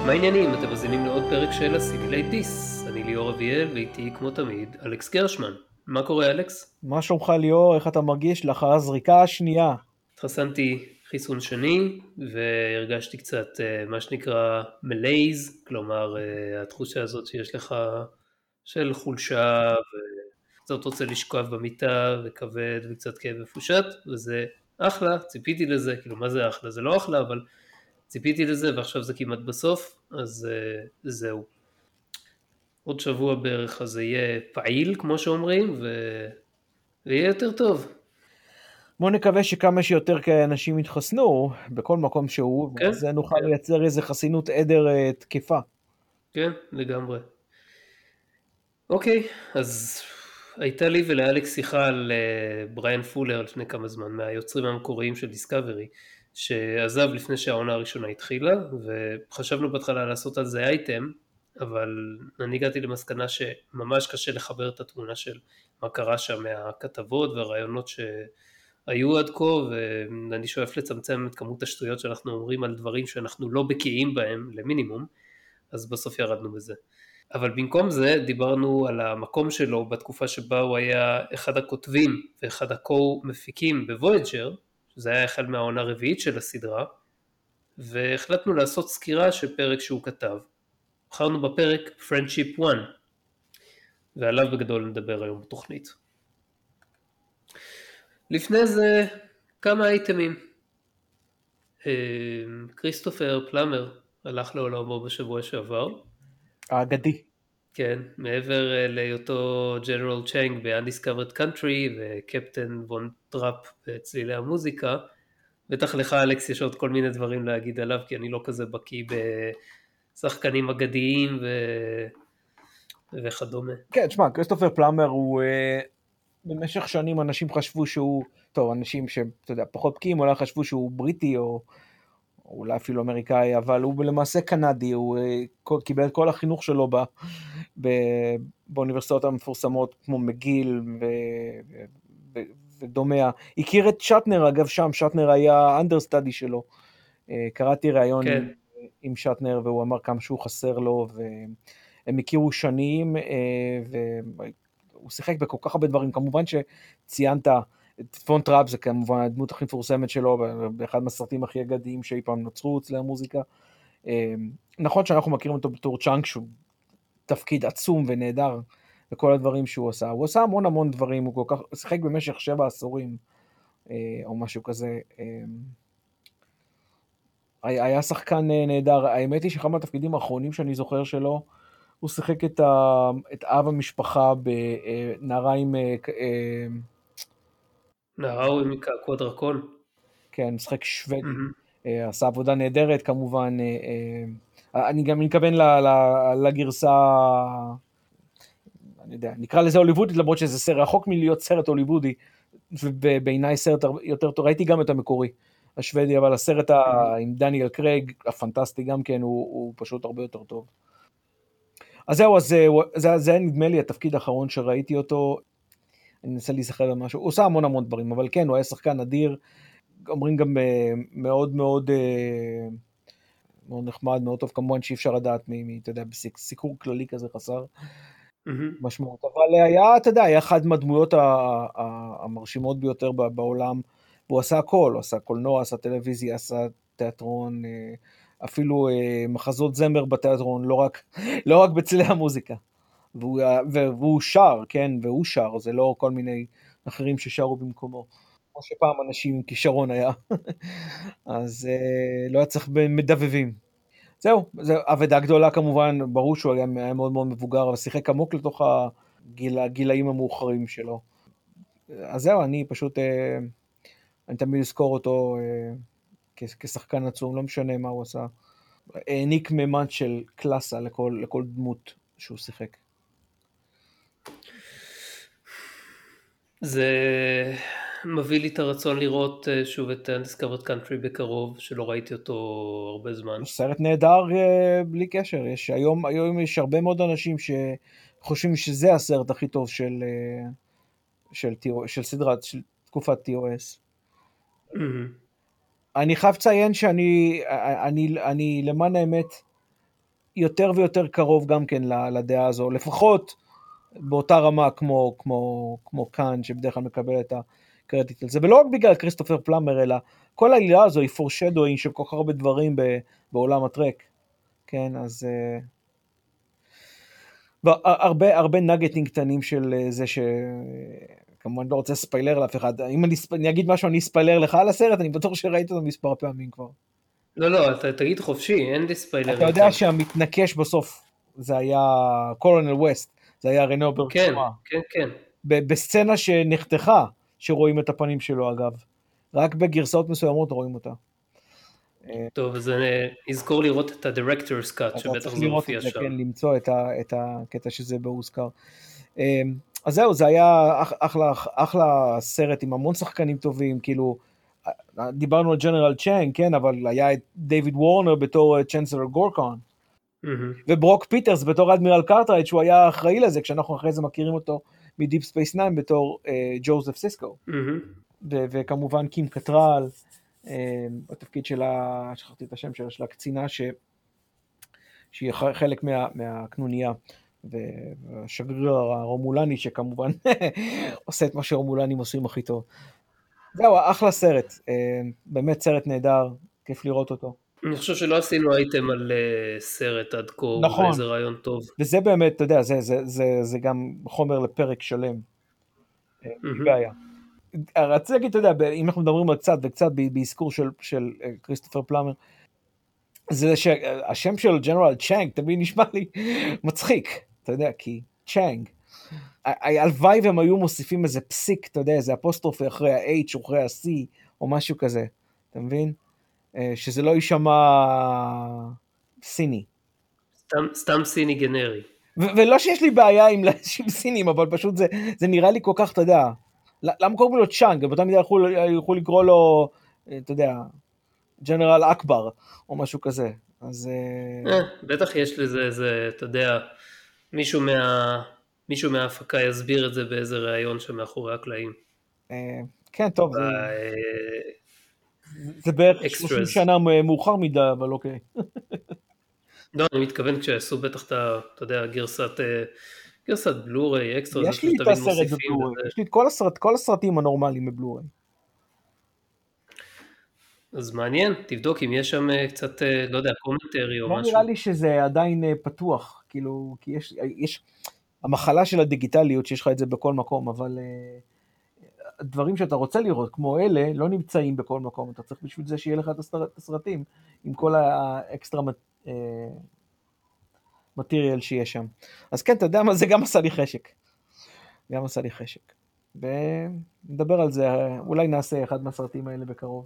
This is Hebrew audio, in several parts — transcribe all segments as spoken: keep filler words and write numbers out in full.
מה העניינים? אתם מזינים לעוד פרק של הסיני דיס. אני ליאור אביאל ואיתי כמו תמיד אלכס גרשמן. מה קורה אלכס? מה שלומך ליאור? איך אתה מרגיש לאחר הזריקה השנייה? התחסנתי חיסון שני והרגשתי קצת מה שנקרא מלייז, כלומר התחושה הזאת שיש לך של חולשה וקצת רוצה לשכב במיטה וכבד וקצת כאב מפושט, וזה אחלה, ציפיתי לזה, כאילו מה זה אחלה? זה לא אחלה, אבל ציפיתי לזה ועכשיו זה כמעט בסוף, אז uh, זהו. עוד שבוע בערך אז זה יהיה פעיל כמו שאומרים, ו... ויהיה יותר טוב. בוא נקווה שכמה שיותר כאנשים יתחסנו בכל מקום שהוא, כן? ואז נוכל כן. לייצר איזה חסינות עדר uh, תקפה. כן, לגמרי. אוקיי, אז הייתה לי ולאלכס שיחה על uh, בריאן פולר לפני כמה זמן, מהיוצרים המקוריים של דיסקאברי, שעזב לפני שהעונה הראשונה התחילה, וחשבנו בהתחלה לעשות על זה אייטם, אבל אני הגעתי למסקנה שממש קשה לחבר את התמונה של מה קרה שם מהכתבות והרעיונות שהיו עד כה, ואני שואף לצמצם את כמות השטויות שאנחנו אומרים על דברים שאנחנו לא בקיאים בהם למינימום, אז בסוף ירדנו בזה. אבל במקום זה דיברנו על המקום שלו בתקופה שבה הוא היה אחד הכותבים ואחד הקו-מפיקים בוויג'ר, שזה היה החל מהעונה הרביעית של הסדרה, והחלטנו לעשות סקירה של פרק שהוא כתב. בחרנו בפרק Friendship one, ועליו בגדול נדבר היום בתוכנית. לפני זה כמה אייטמים. כריסטופר פלאמר הלך לעולמו בשבוע שעבר. האגדי. כן, מעבר להיותו ג'נרל צ'אנג ב-Undiscovered Country וקפטן וון טראפ בצלילי המוזיקה, בטח לך אלכס יש עוד כל מיני דברים להגיד עליו, כי אני לא כזה בקיא בשחקנים אגדיים ו... וכדומה. כן, תשמע, כריסטופר פלאמר הוא, uh, במשך שנים אנשים חשבו שהוא, טוב, אנשים שאתה יודע, פחות בקיאים, אולי חשבו שהוא בריטי או, או אולי אפילו אמריקאי, אבל הוא למעשה קנדי, הוא uh, קיבל את כל החינוך שלו ב, ב, באוניברסיטאות המפורסמות כמו מגיל ו... ו ודומיה. הכיר את שטנר, אגב שם, שטנר היה אנדרסטאדי שלו. קראתי ראיון כן. עם, עם שטנר, והוא אמר כמה שהוא חסר לו, והם הכירו שנים, והוא שיחק בכל כך הרבה דברים. כמובן שציינת את וון טראפ, זה כמובן הדמות הכי מפורסמת שלו, באחד מהסרטים הכי אגדיים שאי פעם נוצרו אצלי המוזיקה. נכון שאנחנו מכירים אותו בתור צ'אנק, שהוא תפקיד עצום ונהדר, וכל הדברים שהוא עשה. הוא עשה המון המון דברים, הוא כל כך, שיחק במשך שבע עשורים, או משהו כזה. היה שחקן נהדר. האמת היא שאחד מהתפקידים האחרונים שאני זוכר שלו, הוא שיחק את, ה, את אב המשפחה בנערה עם... נערה עם קעקוע דרקון. כן, משחק שווד. Mm-hmm. עשה עבודה נהדרת, כמובן. אני גם מתכוון לגרסה... אני יודע, נקרא לזה הוליוודית, למרות שזה סרט, רחוק מלהיות סרט הוליוודי, ובעיניי סרט יותר טוב, ראיתי גם את המקורי, השוודי, אבל הסרט עם דניאל קרייג, הפנטסטי גם כן, הוא, הוא פשוט הרבה יותר טוב. אז זהו, אז זה, זה, זה נדמה לי התפקיד האחרון שראיתי אותו, אני אנסה להיזכר על משהו, הוא עושה המון המון דברים, אבל כן, הוא היה שחקן אדיר, אומרים גם מאוד מאוד, מאוד נחמד, מאוד טוב, כמובן שאי אפשר לדעת מי, אתה יודע, בסיקור כללי כזה חסר, משמעות, אבל היה, אתה יודע, היה אחד מהדמויות המרשימות ביותר בעולם, והוא עשה הכל, הוא עשה קולנוע, עשה טלוויזיה, עשה תיאטרון, אפילו מחזות זמר בתיאטרון, לא רק, לא רק בצלי המוזיקה, והוא, והוא שר, כן, והוא שר, זה לא כל מיני אחרים ששרו במקומו, כמו שפעם אנשים עם כישרון היה, אז לא היה צריך מדבבים. זהו, זו עבודה גדולה כמובן, ברור שהוא היה, היה מאוד מאוד מבוגר, אבל שיחק עמוק לתוך הגיל, הגילאים המאוחרים שלו. אז זהו, אני פשוט, אה, אני תמיד אזכור אותו אה, כשחקן עצום, לא משנה מה הוא עשה. העניק ממד של קלאסה לכל, לכל דמות שהוא שיחק. זה מביא לי את הרצון לראות שוב את Undiscovered Country בקרוב, שלא ראיתי אותו הרבה זמן. סרט נהדר בלי קשר, יש, היום, היום יש הרבה מאוד אנשים שחושבים שזה הסרט הכי טוב של, של, של סדרת, של תקופת טי או אס. Mm-hmm. אני חייב לציין שאני, אני, אני למען האמת, יותר ויותר קרוב גם כן לדעה הזו, לפחות באותה רמה כמו, כמו, כמו כאן, שבדרך כלל מקבל את הקרדיט על זה, ולא רק בגלל כריסטופר פלאמר, אלא כל העלילה הזו היא foreshadowing של כל כך הרבה דברים בעולם הטרק, כן, אז הרבה, הרבה נגטים קטנים של זה ש... כמובן לא רוצה ספיילר לאף אחד, אם אני, אני אגיד משהו, אני ספיילר לך על הסרט, אני בטוח שראית אותו מספר פעמים כבר. לא, לא, אתה תגיד חופשי, אין לי ספיילר. אתה יודע שהמתנקש בסוף, זה היה קולונל ווסט, זה היה רנו ברצועה. כן, כן, כן. בסצנה שנחתכה, שרואים את הפנים שלו אגב. רק בגרסאות מסוימות רואים אותה. טוב, אז אני אזכור לראות את ה-Director's Cut, שבטח זה מופיע שם. כן, למצוא את הקטע שזה בהוזכר. אז זהו, זה היה אחלה, אחלה סרט עם המון שחקנים טובים, כאילו, דיברנו על ג'נרל צ'אנג, כן, אבל היה את דיוויד וורנר בתור צ'אנסלר גורקון, וברוק פיטרס בתור אדמירל קארטרייט, שהוא היה אחראי לזה, כשאנחנו אחרי זה מכירים אותו מדיפ ספייס ניין בתור ג'וזף סיסקו, וכמובן קים קטרל, בתפקיד שלה, שכחתי את השם שלה, של הקצינה, שהיא חלק מהקנוניה, והשגריר הרומולני שכמובן עושה את מה שרומולנים עושים הכי טוב. זהו, אחלה סרט, באמת סרט נהדר, כיף לראות אותו. אני חושב שלא עשינו אייטם על סרט עד כה, נכון. ואיזה רעיון טוב. וזה באמת, אתה יודע, זה, זה, זה, זה גם חומר לפרק שלם. בעיה. רציתי להגיד, אתה יודע, אם אנחנו מדברים על קצת וקצת באזכור של, של כריסטופר פלאמר, זה שהשם של ג'נרל צ'אנג תמיד נשמע לי מצחיק, אתה יודע, כי צ'אנג, הלוואי והם היו מוסיפים איזה פסיק, אתה יודע, איזה אפוסטרופי אחרי ה-H או אחרי ה-C או משהו כזה, אתה מבין? שזה לא יישמע סיני. סתם, סתם סיני גנרי. ולא שיש לי בעיה עם לאנשים סינים, אבל פשוט זה, זה נראה לי כל כך, אתה יודע, למה קוראים לו צ'אנג? באותה מידה יכולו לקרוא לו, אתה יודע, ג'נרל אקבר, או משהו כזה. אז... בטח יש לזה, זה, אתה יודע, מישהו מה... מישהו מההפקה יסביר את זה באיזה ראיון שמאחורי הקלעים. כן, טוב. זה בערך שלושים שנה מאוחר מדי, אבל אוקיי. לא, אני מתכוון כשעשו בטח את, אתה יודע, גרסת, גרסת בלוריי, אקסטרה. יש לי את הסרט בבלוריי, יש לי את כל הסרט, כל הסרטים הנורמליים בבלוריי. אז מעניין, תבדוק אם יש שם קצת, לא יודע, קומנטרי או משהו. לא נראה לי שזה עדיין פתוח, כאילו, כי יש, יש, המחלה של הדיגיטליות שיש לך את זה בכל מקום, אבל דברים שאתה רוצה לראות, כמו אלה, לא נמצאים בכל מקום, אתה צריך בשביל זה שיהיה לך את הסרטים, עם כל האקסטרה מטריאל שיש שם. אז כן, אתה יודע מה, זה גם עשה לי חשק. גם עשה לי חשק. ונדבר על זה, אולי נעשה אחד מהסרטים האלה בקרוב.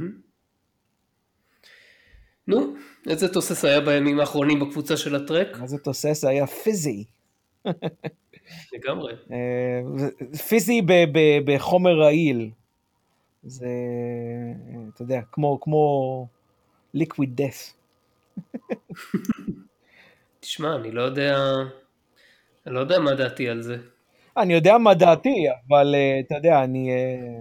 נו, איזה תוסס היה בימים האחרונים בקבוצה של הטרק? איזה תוסס היה פיזי. לגמרי. פיזי בחומר רעיל. זה, אתה יודע, כמו, כמו liquid death. תשמע, אני לא יודע, אני לא יודע מה דעתי על זה. אני יודע מה דעתי, אבל אתה יודע, אני,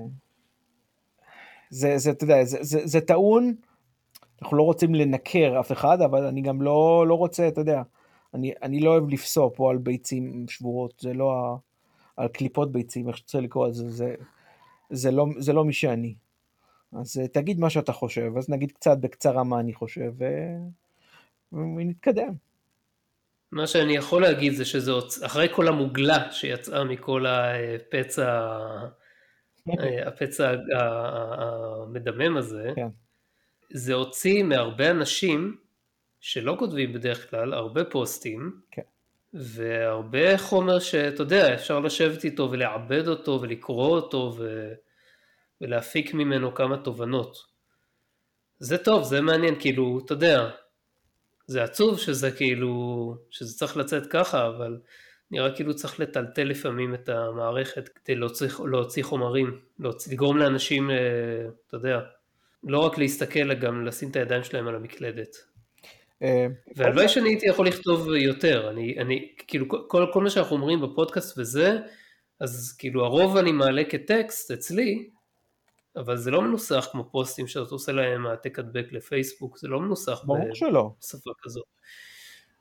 זה, זה, אתה יודע, זה, זה, זה טעון, אנחנו לא רוצים לנקר אף אחד, אבל אני גם לא, לא רוצה, אתה יודע, אני, אני לא אוהב לפסוע פה על ביצים שבורות, זה לא על קליפות ביצים, איך שצריך לקרוא את זה, זה, זה לא, זה לא מי שאני. אז תגיד מה שאתה חושב, אז נגיד קצת בקצרה מה אני חושב, ונתקדם. מה שאני יכול להגיד זה שזה אחרי כל המוגלה שיצאה מכל הפצע, הפצע המדמם הזה, כן. זה הוציא מהרבה אנשים שלא כותבים בדרך כלל, הרבה פוסטים, כן. והרבה חומר שאתה יודע, אפשר לשבת איתו ולעבד אותו ולקרוא אותו ו... ולהפיק ממנו כמה תובנות. זה טוב, זה מעניין, כאילו, אתה יודע, זה עצוב שזה כאילו, שזה צריך לצאת ככה, אבל נראה כאילו צריך לטלטל לפעמים את המערכת כדי להוציא, להוציא חומרים, להוציא, לגרום לאנשים, אתה יודע, לא רק להסתכל, אלא גם לשים את הידיים שלהם על המקלדת. והלוואי שאני הייתי יכול לכתוב יותר, אני, אני, כאילו, כל, כל מה שאנחנו אומרים בפודקאסט וזה, אז כאילו הרוב אני מעלה כטקסט אצלי, אבל זה לא מנוסח כמו פוסטים שאתה עושה להם העתק הדבק לפייסבוק, זה לא מנוסח בשפה כזאת.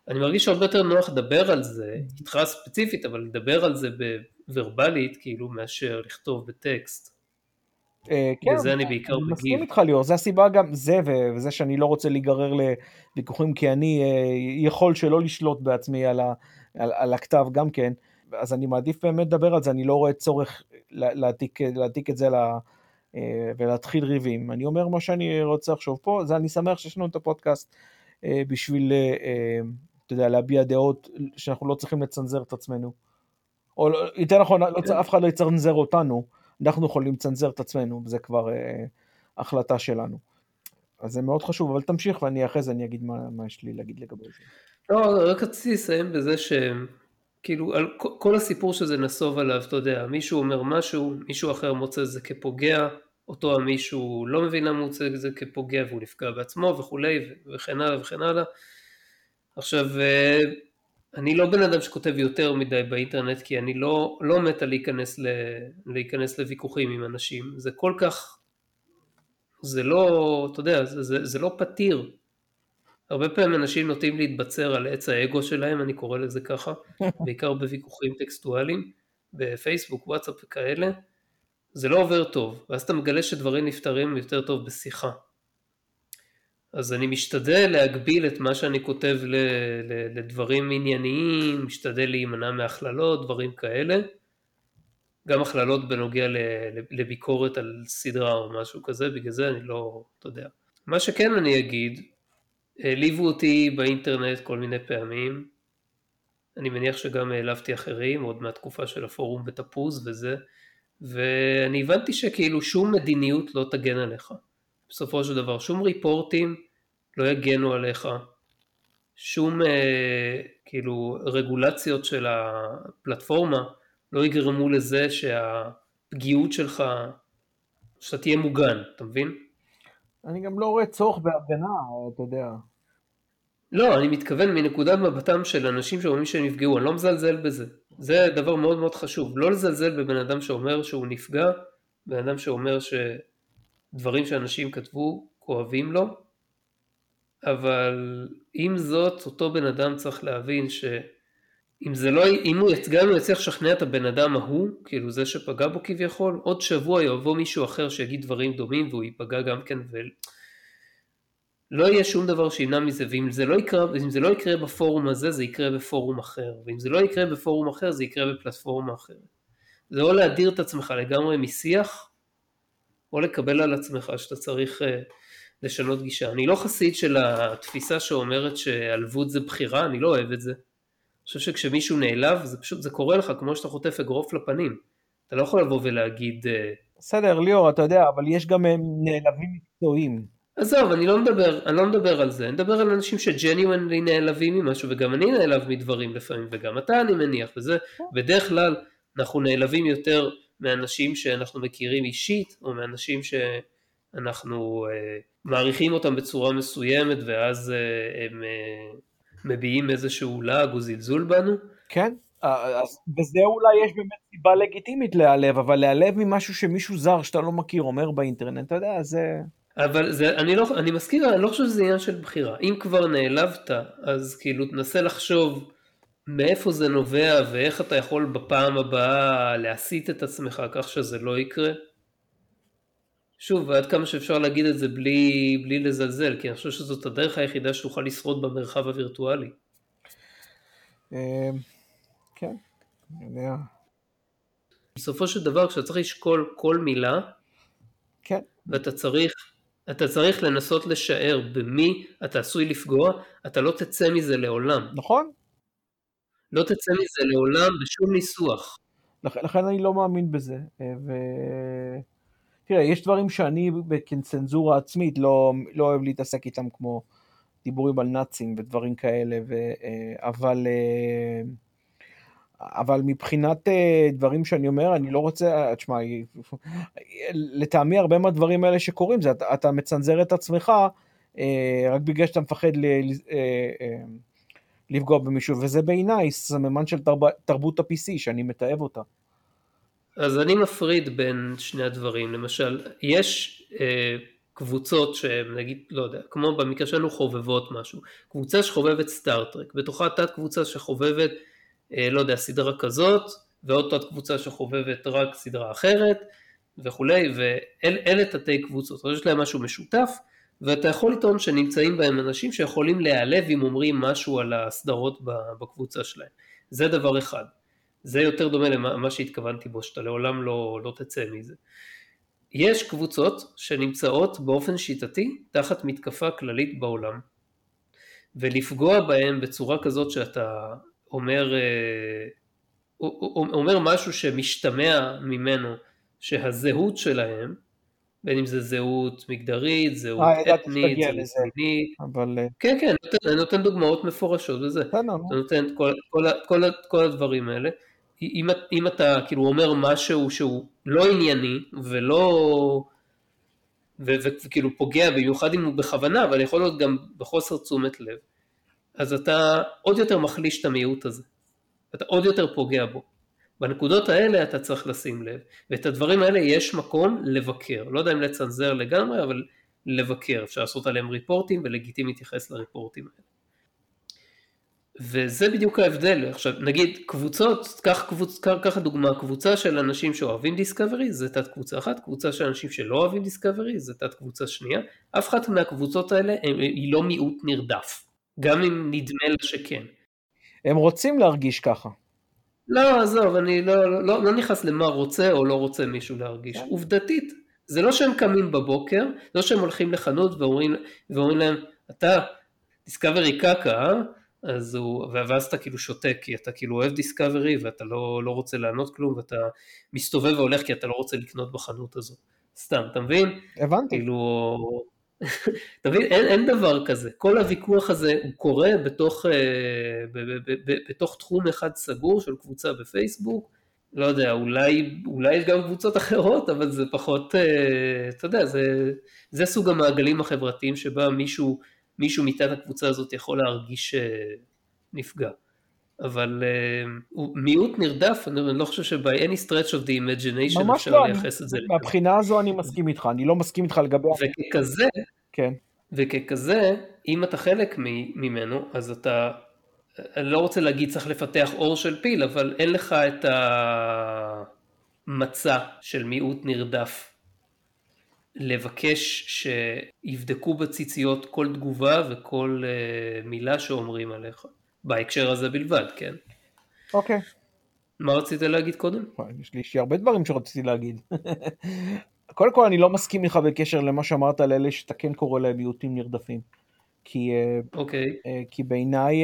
אני מרגיש שהרבה יותר נוח לדבר על זה, איתך ספציפית, אבל לדבר על זה בוורבלית, כאילו, מאשר לכתוב בטקסט. כן, זה אני בעיקר אני בגיל. מסכים איתך ליאור, זה הסיבה גם, זה וזה שאני לא רוצה להיגרר לוויכוחים, כי אני יכול שלא לשלוט בעצמי על, ה, על, על הכתב גם כן, אז אני מעדיף באמת לדבר על זה, אני לא רואה צורך להעתיק, להעתיק את זה לה, ולהתחיל ריבים. אני אומר מה שאני רוצה לחשוב פה, זה אני שמח שיש לנו את הפודקאסט בשביל, אתה יודע, להביע דעות שאנחנו לא צריכים לצנזר את עצמנו. או יותר נכון, כן. אף אחד לא יצנזר אותנו, אנחנו יכולים לצנזר את עצמנו, וזה כבר אה, החלטה שלנו. אז זה מאוד חשוב, אבל תמשיך ואני אחרי זה אני אגיד מה, מה יש לי להגיד לגבי זה. לא, רק רציתי לסיים בזה שכאילו, על כל הסיפור שזה נסוב עליו, אתה יודע, מישהו אומר משהו, מישהו אחר מוצא זה כפוגע, אותו המישהו לא מבין למה מוצא זה כפוגע, והוא נפגע בעצמו וכולי, וכן הלאה וכן הלאה. עכשיו, אני לא בן אדם שכותב יותר מדי באינטרנט, כי אני לא, לא מתה להיכנס, ל, להיכנס לוויכוחים עם אנשים. זה כל כך, זה לא, אתה יודע, זה, זה, זה לא פתיר. הרבה פעמים אנשים נוטים להתבצר על עץ האגו שלהם, אני קורא לזה ככה, בעיקר בוויכוחים טקסטואליים, בפייסבוק, וואטסאפ וכאלה. זה לא עובר טוב, ואז אתה מגלה שדברים נפתרים יותר טוב בשיחה. אז אני משתדל להגביל את מה שאני כותב ל, ל, לדברים ענייניים, משתדל להימנע מהכללות, דברים כאלה. גם הכללות בנוגע ל, לביקורת על סדרה או משהו כזה, בגלל זה אני לא, אתה יודע. מה שכן אני אגיד, העליבו אותי באינטרנט כל מיני פעמים, אני מניח שגם העלבתי אחרים, עוד מהתקופה של הפורום בתפוז וזה, ואני הבנתי שכאילו שום מדיניות לא תגן עליך. בסופו של דבר, שום ריפורטים לא יגנו עליך, שום אה, כאילו רגולציות של הפלטפורמה לא יגרמו לזה שהפגיעות שלך, שאתה תהיה מוגן, אתה מבין? אני גם לא רואה צורך בהפגנה, אתה יודע. לא, אני מתכוון מנקודת מבטם של אנשים שאומרים שהם נפגעו, אני לא מזלזל בזה. זה דבר מאוד מאוד חשוב, לא לזלזל בבן אדם שאומר שהוא נפגע, בן אדם שאומר שדברים שאנשים כתבו כואבים לו, אבל עם זאת, אותו בן אדם צריך להבין שאם זה לא, אם הוא גם הוא יצליח לשכנע את הבן אדם ההוא, כאילו זה שפגע בו כביכול, עוד שבוע יבוא מישהו אחר שיגיד דברים דומים והוא ייפגע גם כן, ולא יהיה שום דבר שימנע מזה, ואם זה לא יקרה, אם זה לא יקרה בפורום הזה, זה יקרה בפורום אחר, ואם זה לא יקרה בפורום אחר, זה יקרה בפלטפורמה אחרת. זה או להדיר את עצמך לגמרי משיח, או לקבל על עצמך שאתה צריך לשנות גישה. אני לא חסיד של התפיסה שאומרת שעלבות זה בחירה, אני לא אוהב את זה. אני חושב שכשמישהו נעלב, זה פשוט, זה קורה לך כמו שאתה חוטף אגרוף לפנים. אתה לא יכול לבוא ולהגיד... בסדר, ליאור, אתה יודע, אבל יש גם נעלבים מקצועיים. עזוב, אני לא מדבר, אני לא מדבר על זה, אני מדבר על אנשים שג'ניואנלי נעלבים ממשהו, וגם אני נעלב מדברים לפעמים, וגם אתה אני מניח, וזה, בדרך כלל אנחנו נעלבים יותר מאנשים שאנחנו מכירים אישית, או מאנשים שאנחנו אה, מעריכים אותם בצורה מסוימת, ואז אה, הם אה, מביעים איזשהו לעג או זלזול בנו. כן, אז בזה אולי יש באמת סיבה לגיטימית להיעלב, אבל להיעלב ממשהו שמישהו זר שאתה לא מכיר אומר באינטרנט, אתה יודע, זה... אבל זה, אני, לא, אני מזכיר, אני לא חושב שזה עניין של בחירה. אם כבר נעלבת, אז כאילו תנסה לחשוב מאיפה זה נובע, ואיך אתה יכול בפעם הבאה להסיט את עצמך כך שזה לא יקרה. שוב, עד כמה שאפשר להגיד את זה בלי, בלי לזלזל, כי אני חושב שזאת הדרך היחידה שתוכל לשרוד במרחב הווירטואלי. כן, אני יודע. בסופו של דבר, כשאתה צריך לשקול כל מילה, כן. ואתה צריך... אתה צריך לנסות לשער במי אתה עשוי לפגוע, אתה לא תצא מזה לעולם. נכון. לא תצא מזה לעולם בשום ניסוח. לכן אני לא מאמין בזה. ו... תראה, יש דברים שאני כצנזורה עצמית לא, לא אוהב להתעסק איתם, כמו דיבורים על נאצים ודברים כאלה, ו... אבל... אבל מבחינת דברים שאני אומר, אני לא רוצה, תשמע, לטעמי הרבה מהדברים האלה שקורים, זה אתה, אתה מצנזר את עצמך, רק בגלל שאתה מפחד לפגוע במישהו, וזה בעיניי סממן של תרבות ה-פי סי, שאני מתאהב אותה. אז אני מפריד בין שני הדברים, למשל, יש קבוצות שהן נגיד, לא יודע, כמו במקרה שלנו חובבות משהו, קבוצה שחובבת סטארטרק, בתוכה תת קבוצה שחובבת, אה, לא יודע, סדרה כזאת, ועוד תת קבוצה שחובבת רק סדרה אחרת, וכולי, ואלה תתי קבוצות, יש להם משהו משותף, ואתה יכול לטעון שנמצאים בהם אנשים שיכולים להיעלב אם אומרים משהו על הסדרות בקבוצה שלהם, זה דבר אחד, זה יותר דומה למה שהתכוונתי בו, שאתה לעולם לא, לא תצא מזה. יש קבוצות שנמצאות באופן שיטתי תחת מתקפה כללית בעולם, ולפגוע בהם בצורה כזאת שאתה אומר, אומר משהו שמשתמע ממנו שהזהות שלהם, בין אם זה זהות מגדרית, זהות אתנית, זהות מינית, אבל... כן כן, אני נותן דוגמאות מפורשות וזה, אני נותן כל, כל, כל, כל הדברים האלה, אם, אם אתה כאילו אומר משהו שהוא לא ענייני ולא וכאילו פוגע במיוחד אם הוא בכוונה, אבל יכול להיות גם בחוסר תשומת לב, אז אתה עוד יותר מחליש את המיעוט הזה, אתה עוד יותר פוגע בו. בנקודות האלה אתה צריך לשים לב, ואת הדברים האלה יש מקום לבקר, לא יודע אם לצנזר לגמרי, אבל לבקר, אפשר לעשות עליהם ריפורטים ולגיטימי להתייחס לריפורטים האלה. וזה בדיוק ההבדל. עכשיו נגיד קבוצות, כך קבוצ, ככה דוגמה, קבוצה של אנשים שאוהבים דיסקאברי זה תת קבוצה אחת, קבוצה של אנשים שלא אוהבים דיסקאברי זה תת קבוצה שנייה, אף אחת מהקבוצות האלה היא לא מיעוט נרדף, גם אם נדמה לה שכן. הם רוצים להרגיש ככה. לא, עזוב, אני לא, לא, לא, לא נכנס למה רוצה או לא רוצה מישהו להרגיש, עובדתית, זה לא שהם קמים בבוקר, לא שהם הולכים לחנות ואומרים, ואומרים להם, אתה דיסקאברי קקה, אה? אז הוא, ואז אתה כאילו שותק, כי אתה כאילו אוהב דיסקאברי, ואתה לא, לא רוצה לענות כלום, ואתה מסתובב והולך, כי אתה לא רוצה לקנות בחנות הזו. סתם, אתה מבין? הבנתי. כאילו, אתה מבין? אין, אין דבר כזה. כל הוויכוח הזה הוא קורה בתוך, ב, ב, ב, ב, בתוך תחום אחד סגור של קבוצה בפייסבוק, לא יודע, אולי, אולי יש גם קבוצות אחרות, אבל זה פחות, אתה יודע, זה, זה סוג המעגלים החברתיים שבה מישהו, מישהו מתת הקבוצה הזאת יכול להרגיש נפגע. אבל uh, מיעוט נרדף, אני לא חושב שby any stretch of the imagination אפשר לא, לייחס את זה. מהבחינה הזו אני מסכים איתך, אני לא מסכים איתך לגבי... וככזה, כן. וככזה, אם אתה חלק ממנו, אז אתה, אני לא רוצה להגיד צריך לפתח אור של פיל, אבל אין לך את המצע של מיעוט נרדף. לבקש שיבדקו בציציות כל תגובה וכל uh, מילה שאומרים עליך. בהקשר הזה בלבד, כן? אוקיי. מה רצית להגיד קודם? יש לי, יש לי הרבה דברים שרציתי להגיד. קודם כל, אני לא מסכים לך בקשר למה שאמרת על אלה שאתה כן קורא להם מיעוטים נרדפים. כי, אוקיי. כי בעיניי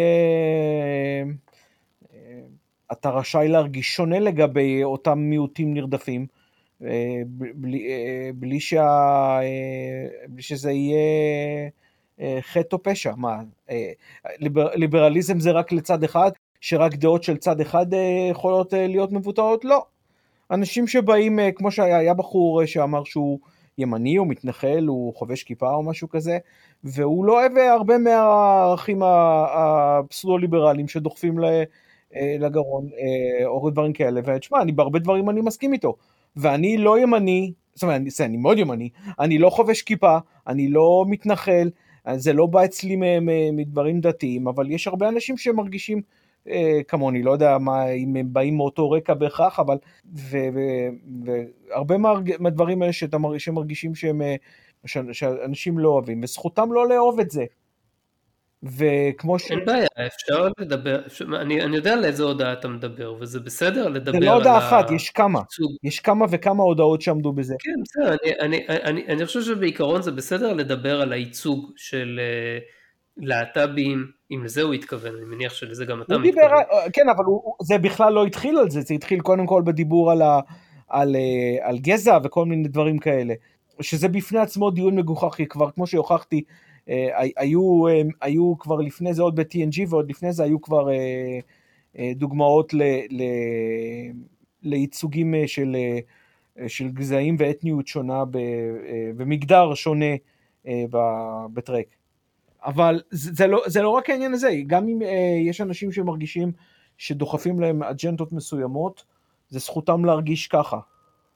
אתה רשאי להרגיש שונה לגבי אותם מיעוטים נרדפים, בלי, בלי, שה, בלי שזה יהיה חטא או פשע. מה? ליבר, ליברליזם זה רק לצד אחד, שרק דעות של צד אחד יכולות להיות מבוטאות? לא. אנשים שבאים, כמו שהיה היה בחור שאמר שהוא ימני, הוא מתנחל, הוא חובש כיפה או משהו כזה, והוא לא אוהב הרבה מהערכים הפסאודו-ליברליים שדוחפים לגרון, או דברים כאלה, ותשמע, אני בהרבה דברים אני מסכים איתו, ואני לא ימני, זאת אומרת, אני מאוד ימני, אני לא חובש כיפה, אני לא מתנחל, זה לא בא אצלי מדברים דתיים, אבל יש הרבה אנשים שמרגישים כמוני, לא יודע מה, אם הם באים מאותו רקע בהכרח, אבל, והרבה מהדברים האלה שמרגישים שהם, שאנשים לא אוהבים, וזכותם לא לאהוב את זה. וכמו ש... אין בעיה, אפשר לדבר, אפשר, אני, אני יודע לאיזה הודעה אתה מדבר, וזה בסדר לדבר על... זה לא הודעה אחת, יש כמה, יש כמה וכמה הודעות שעמדו בזה. כן, בסדר, אני, אני, אני, אני חושב שבעיקרון זה בסדר לדבר על הייצוג של להט"בים, אם לזה הוא התכוון, אני מניח שלזה גם אתה מתכוון. כן, אבל הוא, זה בכלל לא התחיל על זה, זה התחיל קודם כל בדיבור על, ה, על, על גזע וכל מיני דברים כאלה, שזה בפני עצמו דיון מגוחך, כבר כמו שהוכחתי, היו, היו כבר לפני זה עוד ב-טי אן ג'י, ועוד לפני זה היו כבר דוגמאות ל, ל, לייצוגים של, של גזעים ואתניות שונה, ב, ומגדר שונה בטרק. אבל זה, זה, לא, זה לא רק העניין הזה, גם אם אה, יש אנשים שמרגישים שדוחפים להם אג'נדות מסוימות, זה זכותם להרגיש ככה.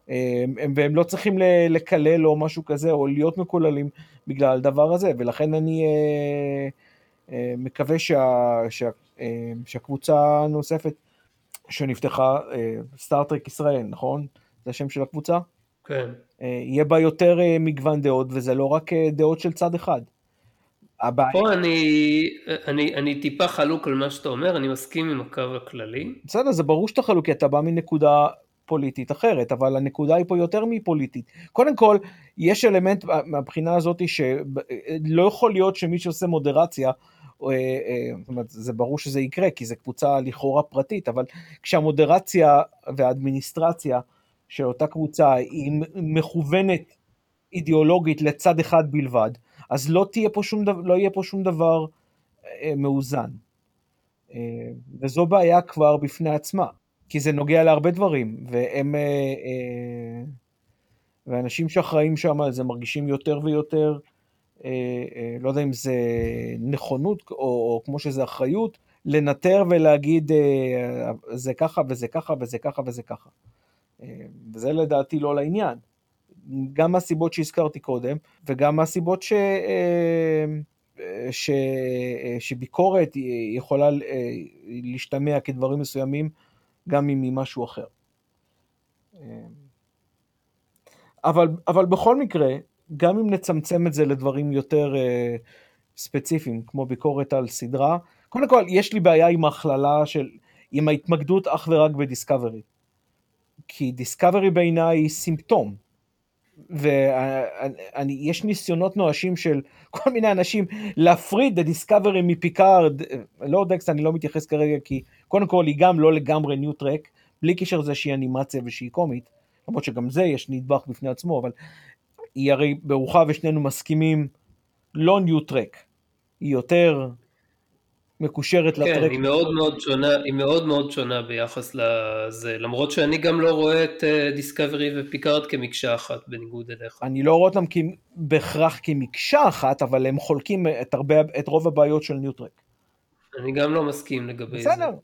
והם לא צריכים לקלל או משהו כזה, או להיות מקוללים בגלל הדבר הזה, ולכן אני מקווה שהקבוצה הנוספת שנפתחה, סטארטרק ישראל, נכון? זה השם של הקבוצה? כן. יהיה בה יותר מגוון דעות, וזה לא רק דעות של צד אחד. פה אני, אני, אני טיפה חלוק על מה שאתה אומר, אני מסכים עם הקו הכללי. בסדר, זה ברור שאתה חלוק, כי אתה בא מנקודה פוליטית אחרת, אבל הנקודה היא פה יותר מפוליטית. קודם כל, יש אלמנט מהבחינה הזאת שלא יכול להיות שמי שעושה מודרציה, זאת אומרת, זה ברור שזה יקרה, כי זה קבוצה לכאורה פרטית, אבל כשהמודרציה והאדמיניסטרציה של אותה קבוצה היא מכוונת אידיאולוגית לצד אחד בלבד, אז לא תהיה פה שום דבר, לא יהיה פה שום דבר אה, מאוזן. אה, וזו בעיה כבר בפני עצמה, כי זה נוגע להרבה דברים, והם, אה, אה, ואנשים שאחראים שם על זה מרגישים יותר ויותר, אה, אה, לא יודע אם זה נכונות, או, או כמו שזה אחריות, לנטר ולהגיד, אה, זה ככה וזה ככה וזה ככה וזה ככה. אה, וזה לדעתי לא לעניין. גם מהסיבות שהזכרתי קודם, וגם מהסיבות ש... ש... שביקורת יכולה להשתמע כדברים מסוימים, גם ממשהו אחר. אבל, אבל בכל מקרה, גם אם נצמצם את זה לדברים יותר ספציפיים, כמו ביקורת על סדרה, קודם כל, יש לי בעיה עם ההכללה של, עם ההתמקדות אך ורק בדיסקאברי. כי דיסקאברי בעיניי היא סימפטום. ויש ניסיונות נואשים של כל מיני אנשים להפריד את דיסקאברי מפיקארד, לא דקס, אני לא מתייחס כרגע, כי קודם כל היא גם לא לגמרי ניו טרק, בלי קשר לזה שהיא אנימציה ושהיא קומית, למרות שגם זה יש נדבך בפני עצמו, אבל היא הרי ברוחה ושנינו מסכימים, לא ניו טרק, היא יותר מקושרת לטרק. כן, היא מאוד מאוד שונה, היא מאוד מאוד שונה ביחס לזה, למרות שאני גם לא רואה את דיסקאברי ופיקארד כמקשה אחת בניגוד אליך. אני לא רואה אותם בהכרח כמקשה אחת, אבל הם חולקים את, הרבה, את רוב הבעיות של ניוטרק. אני גם לא מסכים לגבי בסדר. זה. בסדר.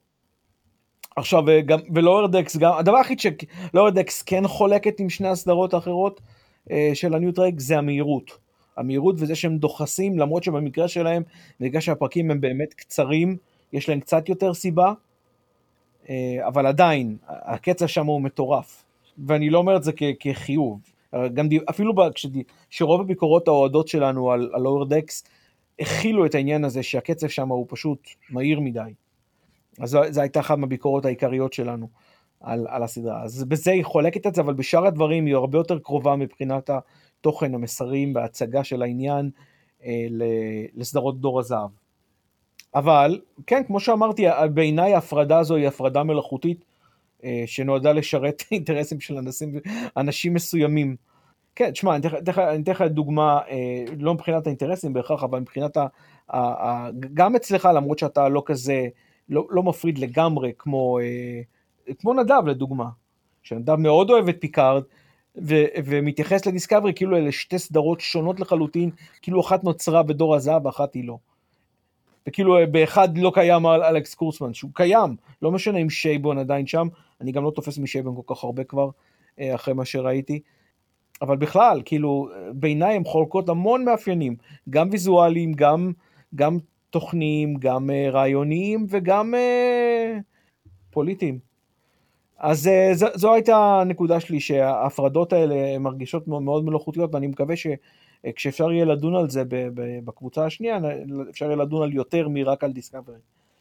עכשיו, גם, ולואר דקס, גם, הדבר הכי שלואר דקס כן חולקת עם שני הסדרות האחרות אה, של הניוטרק, זה המהירות. המהירות וזה שהם דוחסים, למרות שבמקרה שלהם, בגלל שהפרקים הם באמת קצרים, יש להם קצת יותר סיבה, אה, אבל עדיין, הקצע שם הוא מטורף. ואני לא אומר את זה כ- כחיוב. גם אפילו כשרוב הביקורות האוהדות שלנו על לואר דקס, הכילו את העניין הזה שהקצב שם הוא פשוט מהיר מדי. אז זו הייתה אחת מהביקורות העיקריות שלנו על, על הסדרה. אז בזה היא חולקת את זה, אבל בשאר הדברים היא הרבה יותר קרובה מבחינת התוכן, המסרים וההצגה של העניין אה, לסדרות דור הזהב. אבל, כן, כמו שאמרתי, בעיניי ההפרדה הזו היא הפרדה מלאכותית, אה, שנועדה לשרת אינטרסים של אנשים, אנשים מסוימים. כן, תשמע, אני אתן לך דוגמה, אה, לא מבחינת האינטרסים בהכרח, אבל מבחינת, ה, ה, ה, גם אצלך, למרות שאתה לא כזה, לא, לא מפריד לגמרי, כמו, אה, כמו נדב לדוגמה, שנדב מאוד אוהב את פיקארד, ו, ומתייחס לדיסקאברי, כאילו אלה שתי סדרות שונות לחלוטין, כאילו אחת נוצרה בדור הזהב, ואחת היא לא. וכאילו באחד לא קיים על אלכס קורסמן, שהוא קיים, לא משנה אם שייבון עדיין שם, אני גם לא תופס משייבון כל כך הרבה כבר, אחרי מה שראיתי, אבל בכלל, כאילו, בעיניי הם חולקות המון מאפיינים, גם ויזואליים, גם, גם תוכניים, גם uh, רעיוניים, וגם uh, פוליטיים. אז uh, זו, זו הייתה הנקודה שלי, שההפרדות האלה מרגישות מאוד מלאכותיות, ואני מקווה שכשאפשר יהיה לדון על זה בקבוצה השנייה, אפשר יהיה לדון על יותר מרק על דיסקאברי.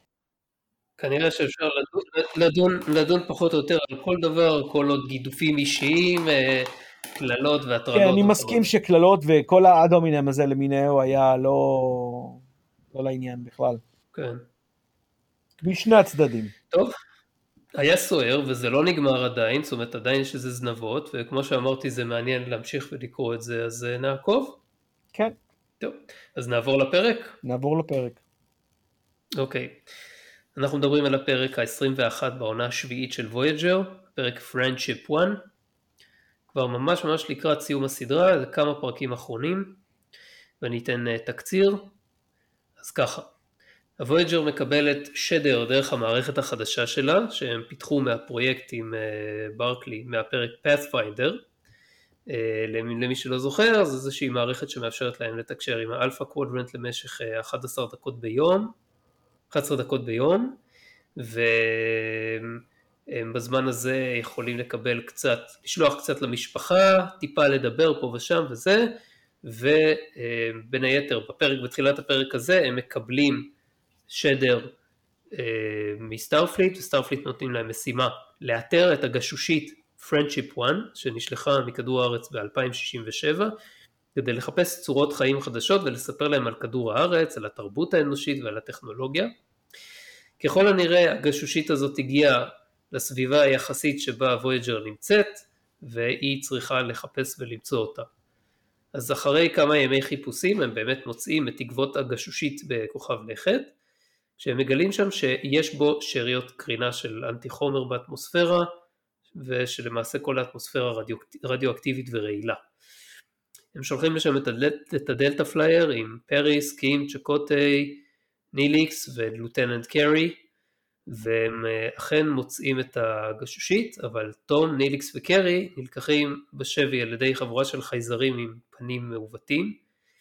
כנראה שאפשר לדון, לדון, לדון פחות או יותר על כל דבר, כל עוד גידופים אישיים, כללות והטרלות. כן, אני מסכים שכללות וכל האדומינם הזה למיניהו היה לא, לא לעניין בכלל. כן. משני הצדדים. טוב, היה סוער וזה לא נגמר עדיין, זאת אומרת עדיין יש איזה זנבות, וכמו שאמרתי זה מעניין להמשיך ולקרוא את זה, אז נעקוב. כן. טוב, אז נעבור לפרק? נעבור לפרק. אוקיי. אנחנו מדברים על הפרק ה-עשרים ואחת בעונה השביעית של Voyager, פרק Friendship אחת, כבר ממש ממש לקראת סיום הסדרה, זה כמה פרקים אחרונים, ואני אתן uh, תקציר. אז ככה, הוויג'ר מקבלת שדר דרך המערכת החדשה שלה, שהם פיתחו מהפרויקט עם ברקלי, מהפרק Pathfinder. למי שלא זוכר, זה איזושהי מערכת שמאפשרת להם לתקשר עם האלפא קוודרנט למשך אחת עשרה דקות ביום, אחת עשרה דקות ביום, ובזמן הזה יכולים לקבל קצת, לשלוח קצת למשפחה, טיפה לדבר פה ושם וזה, ובין היתר בפרק, בתחילת הפרק הזה הם מקבלים שדר מסטארפליט, וסטארפליט נותנים להם משימה לאתר את הגשושית Friendship אחת שנשלחה מכדור הארץ ב-אלפיים שישים ושבע כדי לחפש צורות חיים חדשות ולספר להם על כדור הארץ, על התרבות האנושית ועל הטכנולוגיה. ככל הנראה הגשושית הזאת הגיעה לסביבה היחסית שבה הוויג'ר נמצאת והיא צריכה לחפש ולמצוא אותה. אז אחרי כמה ימי חיפושים הם באמת מוצאים את תקוות הגשושית בכוכב לכת, כשהם מגלים שם שיש בו שאריות קרינה של אנטי חומר באטמוספירה, ושלמעשה כל האטמוספירה רדיו, רדיואקטיבית ורעילה. הם שולחים לשם את, הדל, את הדלטה פלייר עם פריס, קים, צ'קוטי, ניליקס ולוטננט קרי, והם אכן מוצאים את הגשושית, אבל תום, ניליקס וקרי נלקחים בשבי על ידי חבורה של חייזרים עם פנים מעוותים,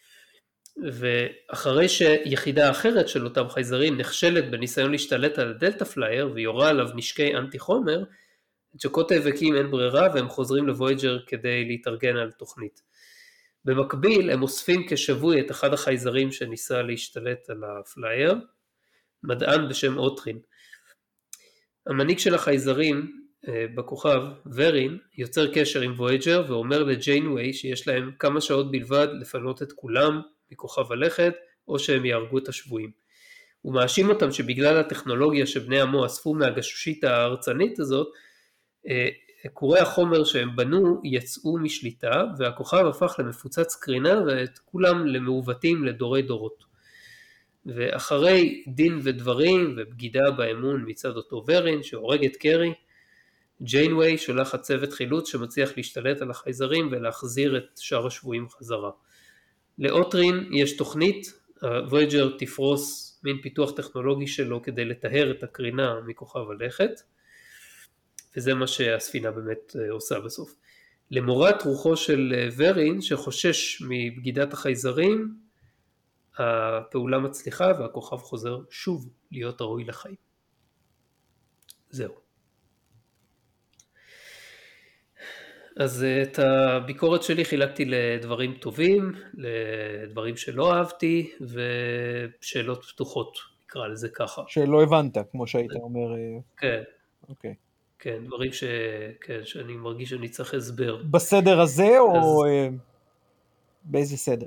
ואחרי שיחידה אחרת של אותם חייזרים נכשלת בניסיון להשתלט על הדלטה פלייר ויורה עליו נשקי אנטי חומר, צ'קוטי וקים אין ברירה והם חוזרים לוויג'ר כדי להתארגן על תוכנית. במקביל הם אוספים כשבוי את אחד החייזרים שניסה להשתלט על הפלייר, מדען בשם אוטרין. המנהיג של החייזרים בכוכב, ורין, יוצר קשר עם וויג'ר ואומר לג'יינווי שיש להם כמה שעות בלבד לפנות את כולם מכוכב הלכת או שהם יהרגו את השבויים. הוא מאשים אותם שבגלל הטכנולוגיה שבני עמו אספו מהגשושית ההרצנית הזאת, קורי החומר שהם בנו יצאו משליטה והכוכב הפך למפוצץ קרינה ואת כולם למעוותים לדורי דורות. ואחרי דין ודברים ובגידה באמון מצד אותו ורין שהורג את קרי, ג'יינווי שולחת צוות חילוץ שמצליח להשתלט על החייזרים ולהחזיר את שאר השבויים חזרה. לאוטרין יש תוכנית, הוויג'ר תפרוס מין פיתוח טכנולוגי שלו כדי לטהר את הקרינה מכוכב הלכת, וזה מה שהספינה באמת עושה בסוף. למורת רוחו של ורין שחושש מבגידת החייזרים, הפעולה מצליחה והכוכב חוזר שוב להיות ראוי לחיים. זהו. אז את הביקורת שלי חילקתי לדברים טובים, לדברים שלא אהבתי, ושאלות פתוחות, נקרא לזה ככה. שלא הבנת, כמו שהיית אומר. כן. אוקיי. כן, דברים ש... כן, שאני מרגיש שאני צריך הסבר. בסדר הזה או אז... באיזה סדר?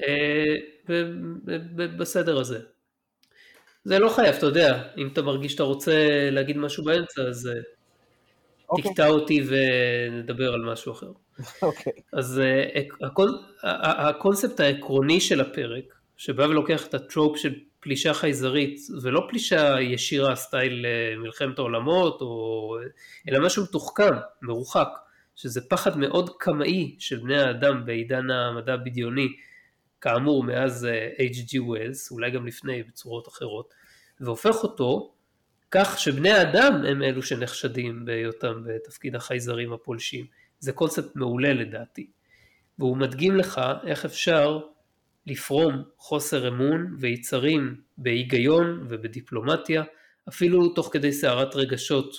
בסדר הזה. זה לא חייב, אתה יודע, אם אתה מרגיש שאתה רוצה להגיד משהו באמצע, אז okay. תקטע אותי ונדבר על משהו אחר. אוקיי. Okay. אז הקונ... הקונספט העקרוני של הפרק, שבא ולוקח את הטרופ של פלישה חייזרית, ולא פלישה ישירה סטייל מלחמת העולמות, או... אלא משהו מתוחכם, מרוחק, שזה פחד מאוד קמאי של בני האדם בעידן המדע הבדיוני, כאמור מאז אייץ' ג'י Wells, אולי גם לפני בצורות אחרות, והופך אותו כך שבני האדם הם אלו שנחשדים בהיותם בתפקיד החייזרים הפולשים. זה קונספט מעולה לדעתי, והוא מדגים לך איך אפשר לפרום חוסר אמון ויצרים בהיגיון ובדיפלומטיה, אפילו תוך כדי סערת רגשות,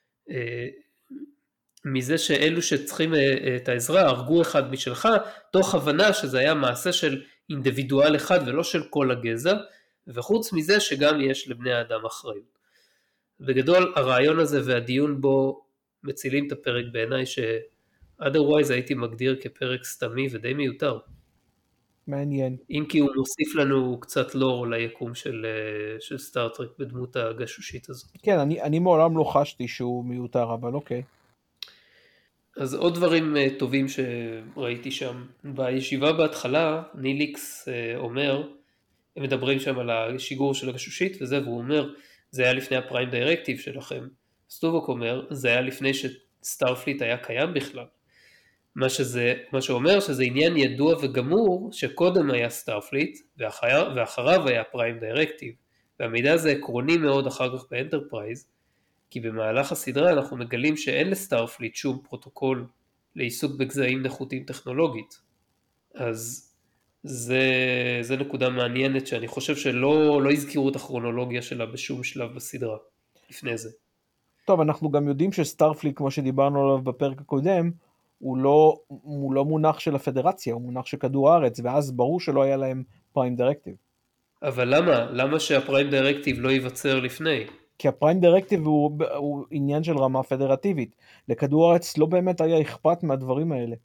מזה שאלו שצריכים את העזרה הרגו אחד משלך, תוך הבנה שזה היה מעשה של אינדיבידואל אחד ולא של כל הגזע, וחוץ מזה שגם יש לבני האדם אחריות. בגדול הרעיון הזה והדיון בו מצילים את הפרק בעיניי, ש-otherwise הייתי מגדיר כפרק סתמי ודי מיותר. מעניין. אם כי הוא מוסיף לנו קצת לור ליקום של, של סטארטרק בדמות הגשושית הזאת. כן, אני, אני מעולם לא חשתי שהוא מיותר, אבל אוקיי. אז עוד דברים טובים שראיתי שם. בישיבה בהתחלה, ניליקס אומר, הם מדברים שם על השיגור של הגשושית וזה, והוא אומר, זה היה לפני הפריים דיירקטיב שלכם. סטובוק אומר, זה היה לפני שסטארפליט היה קיים בכלל. מה שזה, מה שאומר שזה עניין ידוע וגמור, שקודם היה סטארפליט, ואחריו, ואחריו היה פריים דיירקטיב. והמידע הזה עקרוני מאוד אחר כך באנטרפרייז, כי במהלך הסדרה אנחנו מגלים שאין לסטארפליט שום פרוטוקול לעיסוק בגזעים נחותים טכנולוגית. אז זה, זה נקודה מעניינת שאני חושב שלא לא הזכירו את הכרונולוגיה שלה בשום שלב בסדרה לפני זה. טוב, אנחנו גם יודעים שסטארפליט, כמו שדיברנו עליו בפרק הקודם, הוא לא, הוא לא מונח של הפדרציה, הוא מונח של כדור הארץ, ואז ברור שלא היה להם פריים דירקטיב. אבל למה? למה שהפריים דירקטיב לא ייווצר לפני? כי הפריים דירקטיב הוא, הוא עניין של רמה פדרטיבית. לכדור הארץ לא באמת היה אכפת מהדברים האלה.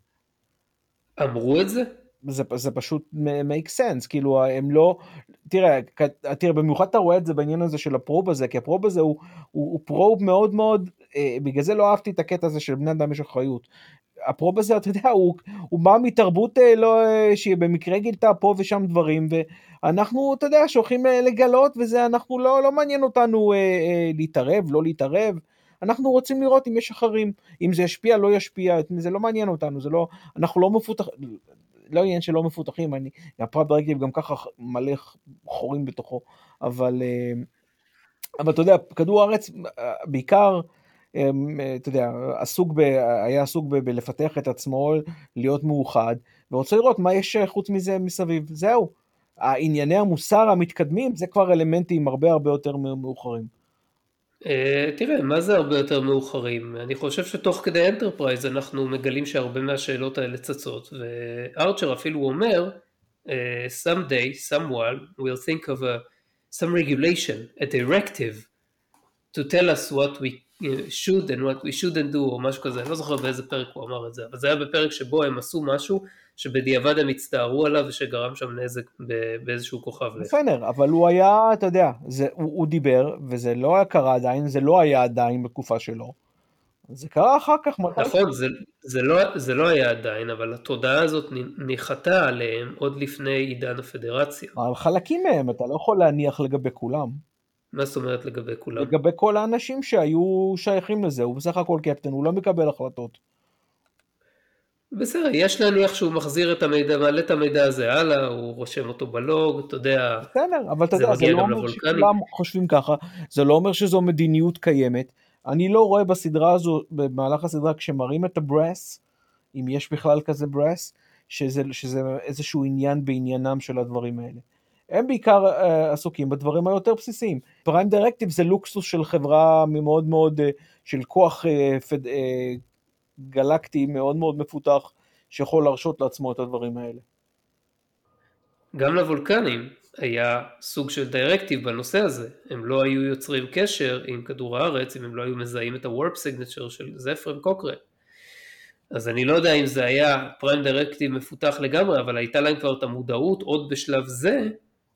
אמרו את זה? זה, זה פשוט make sense, כאילו הם לא, תראה, תראה, במיוחד אתה רואה את זה בעניין הזה של הפרוב הזה, כי הפרוב הזה הוא, הוא, הוא פרוב מאוד מאוד, אה, בגלל זה לא אהבתי את הקטע הזה של בני אדם יש אחריות. הפרוב הזה, אתה יודע, הוא, הוא בא מתרבות אה, לא, אה, שהיא במקרה גילתה פה ושם דברים, ואנחנו, אתה יודע, שולחים אה, לגלות, וזה, אנחנו לא, לא מעניין אותנו אה, אה, להתערב, לא להתערב, אנחנו רוצים לראות אם יש אחרים, אם זה ישפיע, לא ישפיע, זה לא מעניין אותנו, זה לא, אנחנו לא מפותח, לא עניין שלא מפותחים, אני, הפריים דירקטיב גם ככה מלא חורים בתוכו, אבל, אבל אתה יודע, כדור הארץ בעיקר, אתה יודע, עסוק ב, היה עסוק ב, בלפתח את עצמו, להיות מאוחד, ורוצה לראות מה יש חוץ מזה מסביב, זהו. הענייני המוסר המתקדמים, זה כבר אלמנטים הרבה הרבה יותר מאוחרים. תראה, מה זה הרבה יותר מאוחרים? אני חושב שתוך כדי אנטרפרייז אנחנו מגלים שהרבה מהשאלות האלה צצות, וארצ'ר אפילו אומר, someday, someone will think of a, some regulation, a directive, to tell us what we should and what we shouldn't do, או משהו כזה, אני לא זוכר באיזה פרק הוא אמר את זה, אבל זה היה בפרק שבו הם עשו משהו, שבדיעבד הם הצטערו עליו, ושגרם שם נזק באיזשהו כוכב לב. בסדר, אבל הוא היה, אתה יודע, זה, הוא, הוא דיבר, וזה לא היה קרה עדיין, זה לא היה עדיין בתקופה שלו, זה קרה אחר כך. נכון, זה, זה, לא, זה לא היה עדיין, אבל התודעה הזאת ניחתה עליהם עוד לפני עידן הפדרציה. על חלקים מהם, אתה לא יכול להניח לגבי כולם. מה זאת אומרת לגבי כולם? לגבי כל האנשים שהיו שייכים לזה, הוא בסך הכל קפטן, הוא לא מקבל החלטות. בסדר, יש להניח שהוא מחזיר את המידע, מעלה את המידע הזה הלאה, הוא רושם אותו בלוג, אתה יודע, בסדר, אבל אתה יודע, זה לא אומר שכולם חושבים ככה, זה לא אומר שזו מדיניות קיימת. אני לא רואה בסדרה הזו, במהלך הסדרה, כשמראים את הברס, אם יש בכלל כזה ברס, שזה, שזה איזשהו עניין בעניינם של הדברים האלה. הם בעיקר uh, עסוקים בדברים היותר בסיסיים. פריים דירקטיב זה לוקסוס של חברה מאוד מאוד, uh, של כוח uh, פד, uh, גלקטי מאוד מאוד מפותח, שיכול להרשות לעצמו את הדברים האלה. גם לוולקנים היה סוג של דירקטיב בנושא הזה. הם לא היו יוצרים קשר עם כדור הארץ, אם הם לא היו מזהים את הוורפ סיגנצ'ר של זפרם קוקרן. אז אני לא יודע אם זה היה פריים דירקטיב מפותח לגמרי, אבל הייתה להם כבר את המודעות עוד בשלב זה,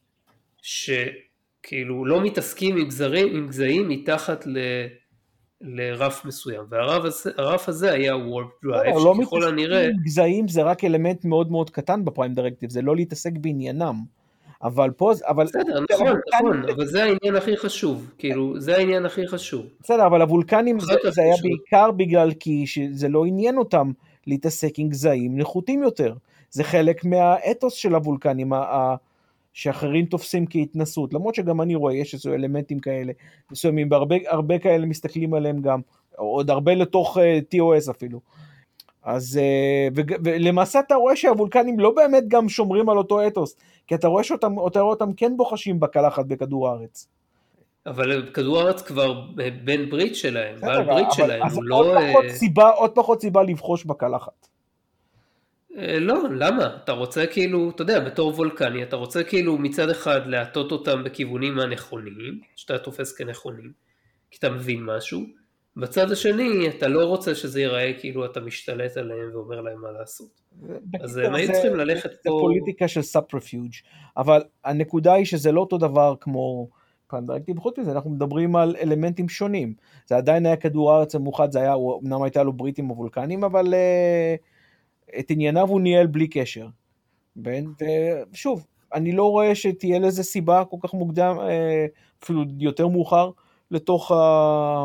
שכאילו לא מתעסקים עם גזרים, עם גזעים מתחת ל... לרף מסוים, והרף הזה, הרף הזה היה וורפ דרייב, שככל הנראה... גזעים זה רק אלמנט מאוד מאוד קטן בפריים דירקטיב, זה לא להתעסק בעניינם, אבל פה... אבל... בסדר, נכון, נכון, אבל זה העניין הכי חשוב, כאילו, זה העניין הכי חשוב. בסדר, אבל הוולקנים זה, זה היה בעיקר בגלל כי שזה לא עניין אותם להתעסק עם גזעים נחותים יותר, זה חלק מהאתוס של הוולקנים, ה... שאחרים תופסים כהתנסות, למרות שגם אני רואה, יש איזו אלמנטים כאלה, מסוימים, והרבה הרבה כאלה מסתכלים עליהם גם, עוד הרבה לתוך uh, טי או אס אפילו. אז, uh, ו- ולמעשה אתה רואה שהוולקנים לא באמת גם שומרים על אותו אתוס, כי אתה רואה שאותם, אתה רואה אותם כן בוחשים בקלחת בכדור הארץ. אבל כדור הארץ כבר בין ברית שלהם, בעל ברית אבל, שלהם, אז הוא עוד לא... פחות סיבה, עוד פחות סיבה לבחוש בקלחת. לא, למה? אתה רוצה כאילו, אתה יודע, בתור וולקני, אתה רוצה כאילו מצד אחד להטות אותם בכיוונים הנכונים, שאתה תופס כנכונים, כי אתה מבין משהו, בצד השני אתה לא רוצה שזה ייראה כאילו אתה משתלט עליהם ואומר להם מה לעשות. אז הם היו צריכים ללכת פה... זה פוליטיקה של סאפרפיוג', אבל הנקודה היא שזה לא אותו דבר כמו פריים דירקטיב, חוץ מזה אנחנו מדברים על אלמנטים שונים, זה עדיין היה כדור הארץ המאוחד, זה היה, אמנם הייתה לו בריטים או וולקנים, אבל... את ענייניו הוא ניהל בלי קשר. ושוב, אני לא רואה שתהיה לזה סיבה כל כך מוקדם, אפילו יותר מאוחר, לתוך, ה...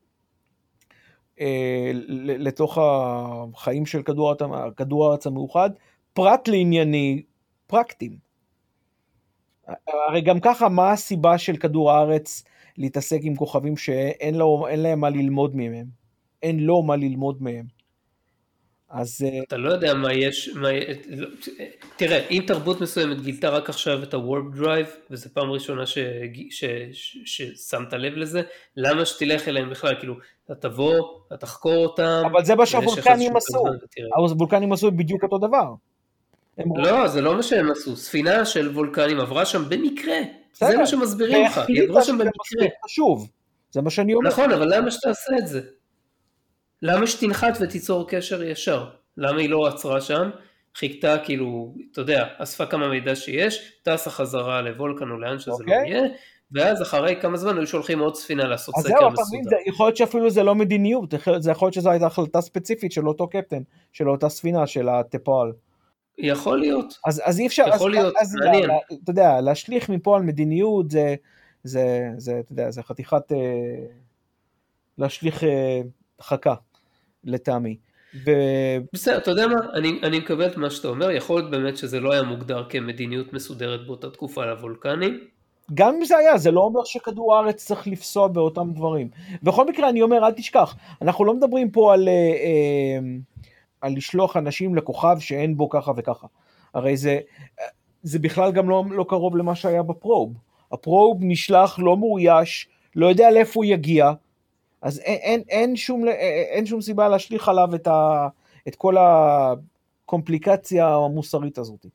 לתוך החיים של כדור, כדור הארץ המאוחד, פרט לענייני פרקטיים. הרי גם ככה, מה הסיבה של כדור הארץ להתעסק עם כוכבים שאין לו, אין להם מה ללמוד מהם? אין לו מה ללמוד מהם. אז... אתה לא יודע מה יש, מה... תראה, אם תרבות מסוימת גילתה רק עכשיו את ה-Warp Drive, וזו פעם ראשונה ש... ש... ש... ששמת לב לזה, למה שתלך אליהם בכלל? כאילו, אתה תבוא, אתה תחקור אותם, אבל זה מה שהוולקנים עשו. הוולקנים עשו בדיוק אותו דבר. לא, זה לא מה שהם עשו. ספינה של וולקנים עברה שם במקרה. זה מה שמסבירים לך. היא עברה שם במקרה. חשוב. זה מה שאני אומר. נכון, אבל למה שתעשה את זה? למה שתנחת ותיצור קשר ישר? למה היא לא עצרה שם? חיכתה כאילו, אתה יודע, אספה כמה מידע שיש, טסה חזרה לוולקן או לאן שזה לא יהיה, ואז אחרי כמה זמן היו שולחים עוד ספינה לעשות סקר מסודר. יכול להיות שאפילו זה לא מדיניות, זה יכול להיות שזו הייתה החלטה ספציפית של אותו קפטן, של אותה ספינה, של הטפול. יכול להיות. אז, אז אי אפשר, יכול להיות, אז, מעניין. אז, אתה יודע, להשליך מפה על מדיניות, זה, זה, זה, אתה יודע, זה חתיכת, אה, להשליך אה, חכה, לטעמי. ו... בסדר, אתה יודע מה, אני, אני מקבל את מה שאתה אומר, יכול להיות באמת שזה לא היה מוגדר כמדיניות מסודרת באותה תקופה לוולקנים. גם אם זה היה, זה לא אומר שכדור הארץ צריך לפסוע באותם דברים. בכל מקרה אני אומר, אל תשכח, אנחנו לא מדברים פה על... אה, אה, על לשלוח אנשים לכוכב שאין בו ככה וככה. הרי זה, זה בכלל גם לא, לא קרוב למה שהיה בפרוב. הפרוב נשלח, לא מאויש, לא יודע לאיפה הוא יגיע, אז אין, אין, אין, שום, אין שום סיבה להשליך עליו את, ה, את כל הקומפליקציה המוסרית הזאת.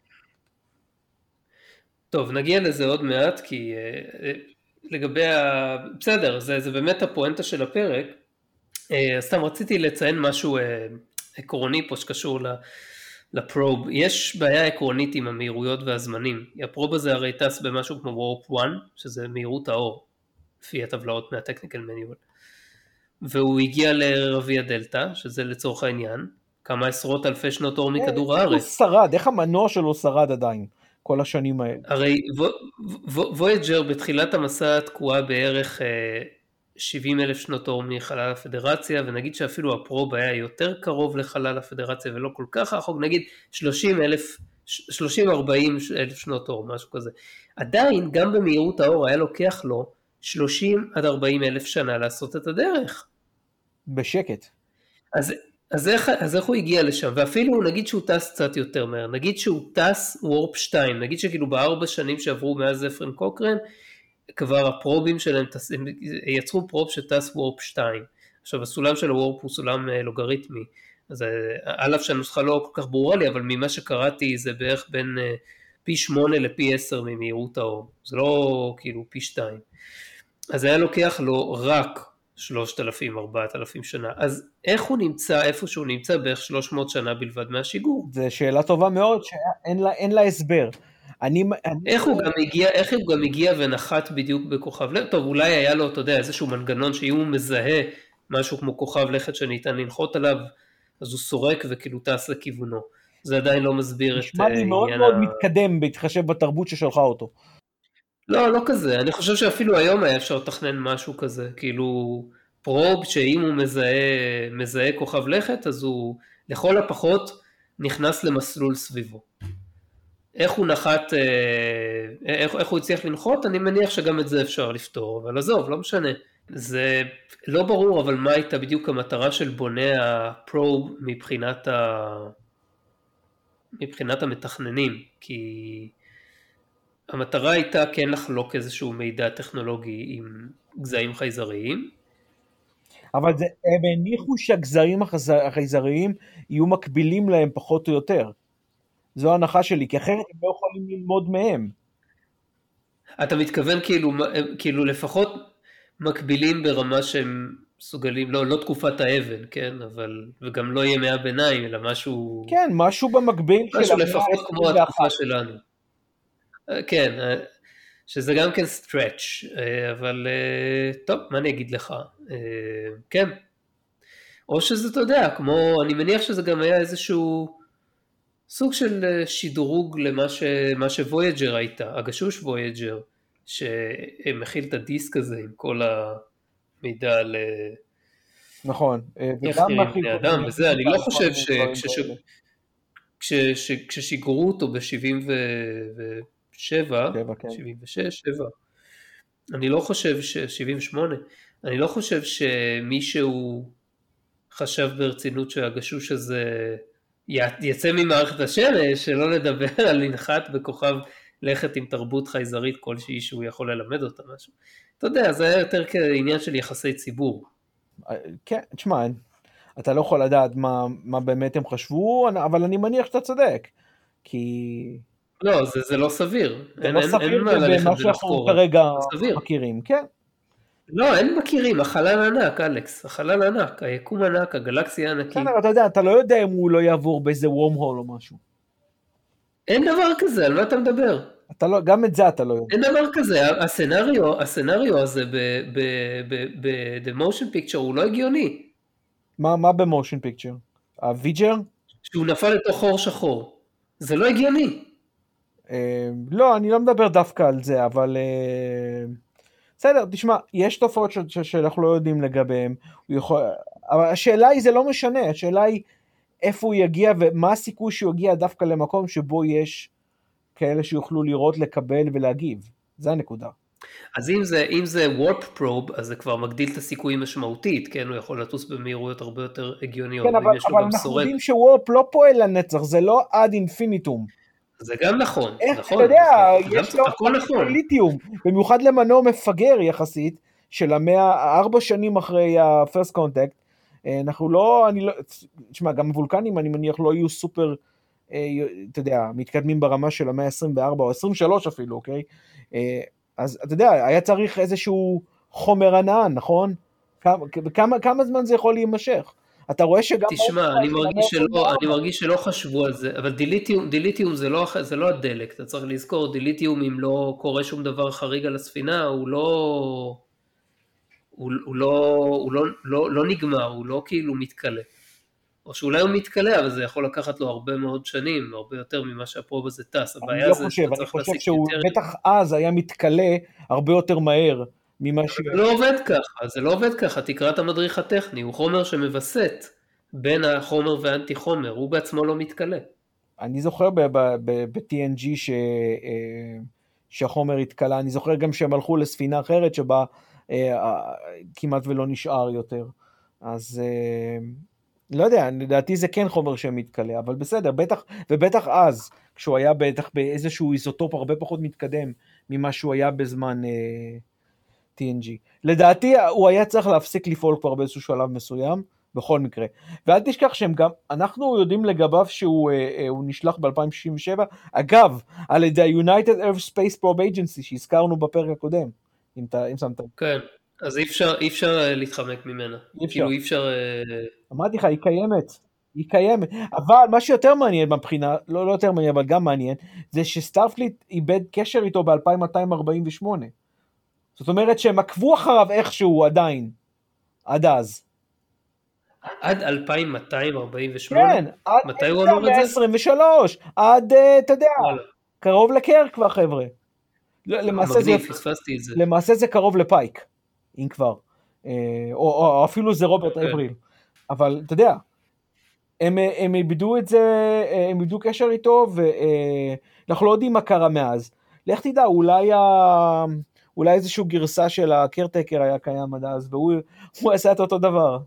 טוב, נגיע לזה עוד מעט, כי לגבי ה... בסדר, זה, זה באמת הפואנטה של הפרק. אז סתם רציתי לציין משהו... עקרוני פה שקשור לפרוב. יש בעיה עקרונית עם המהירויות והזמנים. הפרוב הזה הרי טס במשהו כמו וורפ אחת, שזה מהירות האור, לפי הטבלאות מהטכניקל מניול. והוא הגיע לרביע דלטה, שזה לצורך העניין, כמה עשרות אלפי שנות אור מכדור הארץ. איך הוא שרד? איך המנוע שלו שרד עדיין, כל השנים האלה? הרי וויג'ר בתחילת המסע תקועה בערך... שבעים אלף שנות אור מחלל הפדרציה, ונגיד שאפילו הפרוב היה יותר קרוב לחלל הפדרציה ולא כל כך רחוק, נגיד שלושים אלף, שלושים ארבעים אלף שנות אור, משהו כזה. עדיין, גם במהירות האור היה לוקח לו שלושים עד ארבעים אלף שנה לעשות את הדרך. בשקט. אז, אז, איך, אז איך הוא הגיע לשם? ואפילו נגיד שהוא טס קצת יותר מהר, נגיד שהוא טס וורפ שתיים, נגיד שכאילו בארבע שנים שעברו מאז אפרן קוקרן, כבר הפרובים שלהם יצרו פרוב שטס וורפ שתיים. עכשיו הסולם של הוורפ הוא סולם לוגריתמי, אז על אף שהנוסחה לא כל כך ברורה לי, אבל ממה שקראתי זה בערך בין פי שמונה לפי עשר ממהירות האור, זה לא כאילו פי שתיים. אז היה לוקח לו רק שלושת אלפים ארבעת אלפים שנה, אז איך הוא נמצא איפה שהוא נמצא בערך שלוש מאות שנה בלבד מהשיגור? זו שאלה טובה מאוד שאין לה, אין לה הסבר. אני, איך הוא גם הגיע, איך הוא גם הגיע ונחת בדיוק בכוכב לכת? טוב, אולי היה לו, אתה יודע, איזשהו מנגנון שאם הוא מזהה משהו כמו כוכב לכת שניתן לנחות עליו, אז הוא סורק וכאילו טס לכיוונו. זה עדיין לא מסביר את... נשמע לי מאוד מאוד מתקדם בהתחשב בתרבות ששלחה אותו. לא, לא כזה. אני חושב שאפילו היום היה אפשר לתכנן משהו כזה, כאילו פרוב שאם הוא מזהה, מזהה כוכב לכת, אז הוא לכל הפחות נכנס למסלול סביבו. איך הוא נחת, איך, איך הוא הצליח לנחות, אני מניח שגם את זה אפשר לפתור, אבל עזוב, לא משנה. זה לא ברור, אבל מה הייתה בדיוק המטרה של בוני הפרוב מבחינת, ה... מבחינת המתכננים, כי המטרה הייתה כן לחלוק איזשהו מידע טכנולוגי עם גזעים חייזריים. אבל זה, הם הניחו שהגזעים החייזריים יהיו מקבילים להם פחות או יותר. זו ההנחה שלי, כי אחרת הם לא יכולים ללמוד מהם. אתה מתכוון כאילו, כאילו לפחות מקבילים ברמה שהם סוגלים, לא, לא תקופת האבן, כן, אבל, וגם לא ימי הביניים, אלא משהו... כן, משהו במקביל משהו של לפחות כמו התקופה שלנו. כן, שזה גם כן סטרץ', אבל טוב, מה אני אגיד לך? כן. או שזה, אתה יודע, כמו, אני מניח שזה גם היה איזשהו... סוג של שדרוג למה ש, מה שוויג'ר הייתה, הגשוש וויג'ר, שמכיל את הדיסק הזה עם כל המידע ל... נכון. איך נראים בני אדם, וזה, אני לא חושב שכששיגרו אותו ב-שבעים שבע, כן. שבעים ושש, שבע. אני לא חושב ש... שבעים ושמונה. אני לא חושב שמישהו חשב ברצינות שהגשוש הזה יצא ממערכת השמש, שלא לדבר על לנחת בכוכב לכת עם תרבות חייזרית כלשהי שהוא יכול ללמד אותה משהו. אתה יודע, זה היה יותר כעניין של יחסי ציבור. כן, תשמע, אתה לא יכול לדעת מה, מה באמת הם חשבו, אבל אני מניח שאתה צודק, כי... לא, זה, זה לא סביר. זה אין, לא אין, סביר אין מה ללכת במה שאנחנו ולחקור. כרגע סביר. מכירים, כן. לא, אין מכירים, החלל ענק, אלכס, החלל ענק, היקום ענק, הגלקסיה ענקית. בסדר, אתה יודע, אתה לא יודע אם הוא לא יעבור באיזה וורם הול או משהו. אין דבר כזה, על מה אתה מדבר? אתה לא, גם את זה אתה לא יודע. אין דבר כזה, הסנריו, הסנריו הזה ב-The Motion Picture הוא לא הגיוני. מה, מה במושן פיקצ'ר? הוויג'ר? שהוא נפל לתוך חור שחור. זה לא הגיוני. אה, לא, אני לא מדבר דווקא על זה, אבל... אה, בסדר, תשמע, יש תופעות ש- ש- שאנחנו לא יודעים לגביהם. הוא יכול... אבל השאלה היא, זה לא משנה, השאלה היא איפה הוא יגיע ומה הסיכוי שהוא יגיע דווקא למקום שבו יש כאלה שיוכלו לראות, לקבל ולהגיב. זה הנקודה. אז אם זה, אם זה warp probe, אז זה כבר מגדיל את הסיכויים משמעותית, כן? הוא יכול לטוס במהירויות הרבה יותר הגיוניות. כן, אבל, אבל אנחנו יודעים שוורפ לא פועל לנצח, זה לא עד אינפיניטום. זה גם נכון, איך, נכון. אתה יודע, גם יש לו הכל נכון. ליתיום, במיוחד למנוע מפגר יחסית, של המאה, ארבע שנים אחרי ה-first contact, אנחנו לא, אני לא, תשמע, גם וולקנים אני מניח לא יהיו סופר, אתה יודע, מתקדמים ברמה של המאה ה-עשרים וארבע או עשרים ושלוש אפילו, אוקיי? אז אתה יודע, היה צריך איזשהו חומר ענן, נכון? כמה, כמה, כמה זמן זה יכול להימשך? אתה רואה שגם... תשמע, אני מרגיש שלא, אני מרגיש שלא חשבו על זה, אבל דיליטיום, דיליטיום זה לא, זה לא הדלק, אתה צריך לזכור, דיליטיום אם לא קורה שום דבר חריג על הספינה, הוא לא, הוא, הוא לא, הוא לא, לא, לא נגמר, הוא לא כאילו מתקלה. או שאולי הוא מתקלה, אבל זה יכול לקחת לו הרבה מאוד שנים, הרבה יותר ממה שהפרוב הזה טס. אני לא חושב, אני חושב שהוא בטח אז היה מתקלה הרבה יותר מהר ממה ש... זה לא עובד ככה, זה לא עובד ככה, תקרא את המדריך הטכני, הוא חומר שמבסט בין החומר והאנטי חומר, הוא בעצמו לא מתקלה. אני זוכר ב-טי אן ג'י שהחומר התקלה, אני זוכר גם שהם הלכו לספינה אחרת שבה כמעט ולא נשאר יותר, אז לא יודע, לדעתי זה כן חומר שמתקלה, אבל בסדר, בטח, ובטח אז, כשהוא היה בטח באיזשהו איזוטופ הרבה פחות מתקדם ממה שהוא היה בזמן טי אן ג'י. לדעתי הוא היה צריך להפסיק לפעול כבר באיזשהו שלב מסוים, בכל מקרה. ואל תשכח שהם גם, אנחנו יודעים לגביו שהוא הוא נשלח ב-אלפיים שישים ושבע, אגב, על ידי ה-United Earth Space Probe Agency, שהזכרנו בפרק הקודם, אם, אם שמת. כן, אז אי אפשר, אי אפשר להתחמק ממנה. אי אפשר. כאילו אי אפשר... אמרתי לך, היא קיימת. היא קיימת. אבל מה שיותר מעניין מבחינה, לא, לא יותר מעניין, אבל גם מעניין, זה שסטארפליט איבד קשר איתו ב-אלפיים מאתיים ארבעים ושמונה. זאת אומרת שהם עקבו אחריו איכשהו עדיין, עד אז. עד אלפיים מאתיים ארבעים ושמונה? כן, עד מתי הוא אמר את זה? עשרים ושלוש, עד, אתה יודע, קרוב לקרק כבר חבר'ה. למעשה זה, למעשה זה קרוב לפייק, אם כבר. או, או, או אפילו זה רוברט אבריל. אבל אתה יודע, הם, הם איבדו את זה, הם איבדו קשר איתו, ואנחנו לא יודעים מה קרה מאז. לך תדע, אולי, ה, אולי איזושהי גרסה של הקרטקר היה קיים עד אז, והוא עשה את אותו דבר.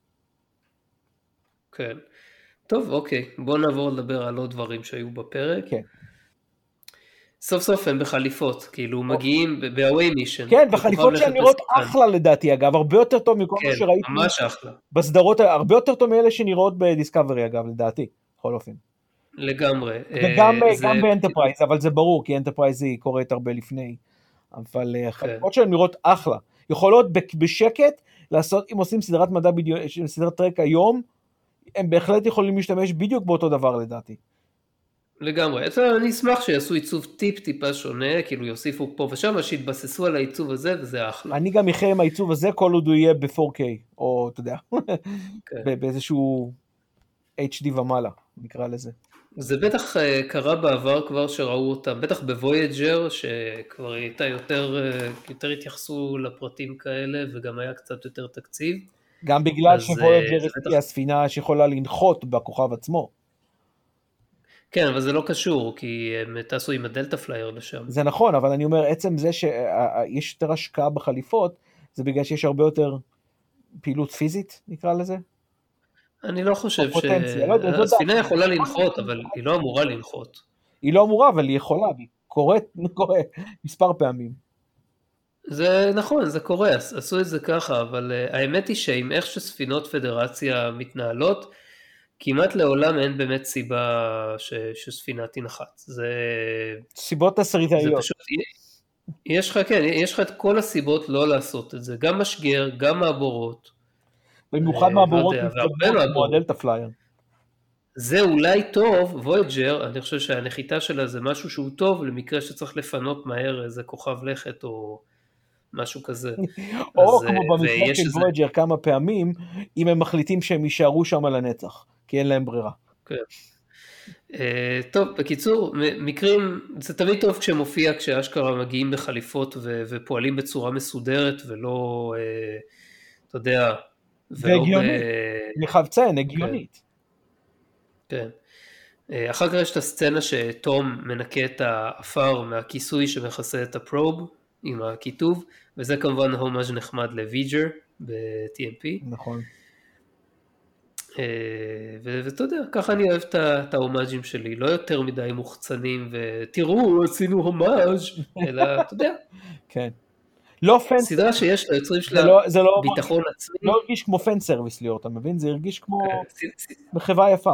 כן. טוב, אוקיי. בואו נעבור לדבר על עוד דברים שהיו בפרק. כן. סוף סוף הם בחליפות, כאילו מגיעים ב-Away Mission. כן, בחליפות שהן נראות אחלה לדעתי, אגב, הרבה יותר טוב מכל מה שראיתי. כן, ממש אחלה. בסדרות, הרבה יותר טוב מאלה שנראות בדיסקאברי, אגב, לדעתי, בכל אופן. לגמרי. וגם באנטרפרייז, אבל זה ברור, כי אנטרפרייז היא קורית הרבה לפני. אבל החליפות שהן נראות אחלה. יכולות בשקט לעשות, אם עושים סדרת מדע, סדרת טרק היום, הם בהחלט יכולים להשתמש בדיוק באותו דבר לדעתי. לגמרי. אני אשמח שיעשו עיצוב טיפ טיפה שונה, כאילו יוסיפו פה ושם, שיתבססו על העיצוב הזה, וזה אחלה. אני גם אחרי עם העיצוב הזה, כל עוד הוא יהיה ב-פור קיי, או אתה יודע, באיזשהו אייץ' די ומעלה, נקרא לזה. זה בטח קרה בעבר כבר שראו אותם, בטח בוויג'ר, שכבר הייתה יותר, יותר התייחסו לפרטים כאלה, וגם היה קצת יותר תקציב. גם בגלל שוויג'ר היא הספינה שיכולה לנחות בכוכב עצמו. כן, אבל זה לא קשור, כי הם טסו עם הדלטה פלייר לשם. זה נכון, אבל אני אומר, עצם זה שיש יותר השקעה בחליפות, זה בגלל שיש הרבה יותר פעילות פיזית, נקרא לזה? אני לא חושב ש... לא יודע, זו הספינה דעתי. יכולה לנחות, אבל היא לא אמורה לנחות. היא לא אמורה, אבל היא יכולה, והיא קורית, קורה מספר פעמים. זה נכון, זה קורה, עשו את זה ככה, אבל uh, האמת היא שעם איך שספינות פדרציה מתנהלות, כמעט לעולם אין באמת סיבה ש, שספינה תנחת. זה... סיבות תסריטאיות. זה פשוט... יש לך, כן, יש לך את כל הסיבות לא לעשות את זה, גם משגר, גם מעבורות. במיוחד מעבורות לא מתקדמות כמו הדלטה פלייר. זה אולי טוב, וויג'ר, אני חושב שהנחיתה שלה זה משהו שהוא טוב, למקרה שצריך לפנות מהר איזה כוכב לכת או משהו כזה. או כמו במקרה של וויג'ר כמה פעמים, אם הם מחליטים שהם יישארו שם על הנצח, כי אין להם ברירה. כן. טוב, בקיצור, מקרים, זה תמיד טוב כשמופיע, כשאשכרה מגיעים בחליפות ופועלים בצורה מסודרת, ולא, אתה יודע, והגיונית, אני חייב לציין, הגיונית. כן. אחר כך יש את הסצנה שתום מנקה את האפר מהכיסוי שמכסה את הפרוב עם הכיתוב, וזה כמובן הומאז' נחמד לוויג'ר ב-טי אם פי. נכון. ואתה יודע, ככה אני אוהב את ההומאז'ים שלי, לא יותר מדי מוחצנים ותראו, עשינו הומאז', אלא אתה יודע. כן. לא פן... סדרה שיש ליוצרים שלה ביטחון עצמי. לא הרגיש כמו פן סרוויס ליאור, אתה מבין? זה הרגיש כמו מחווה יפה.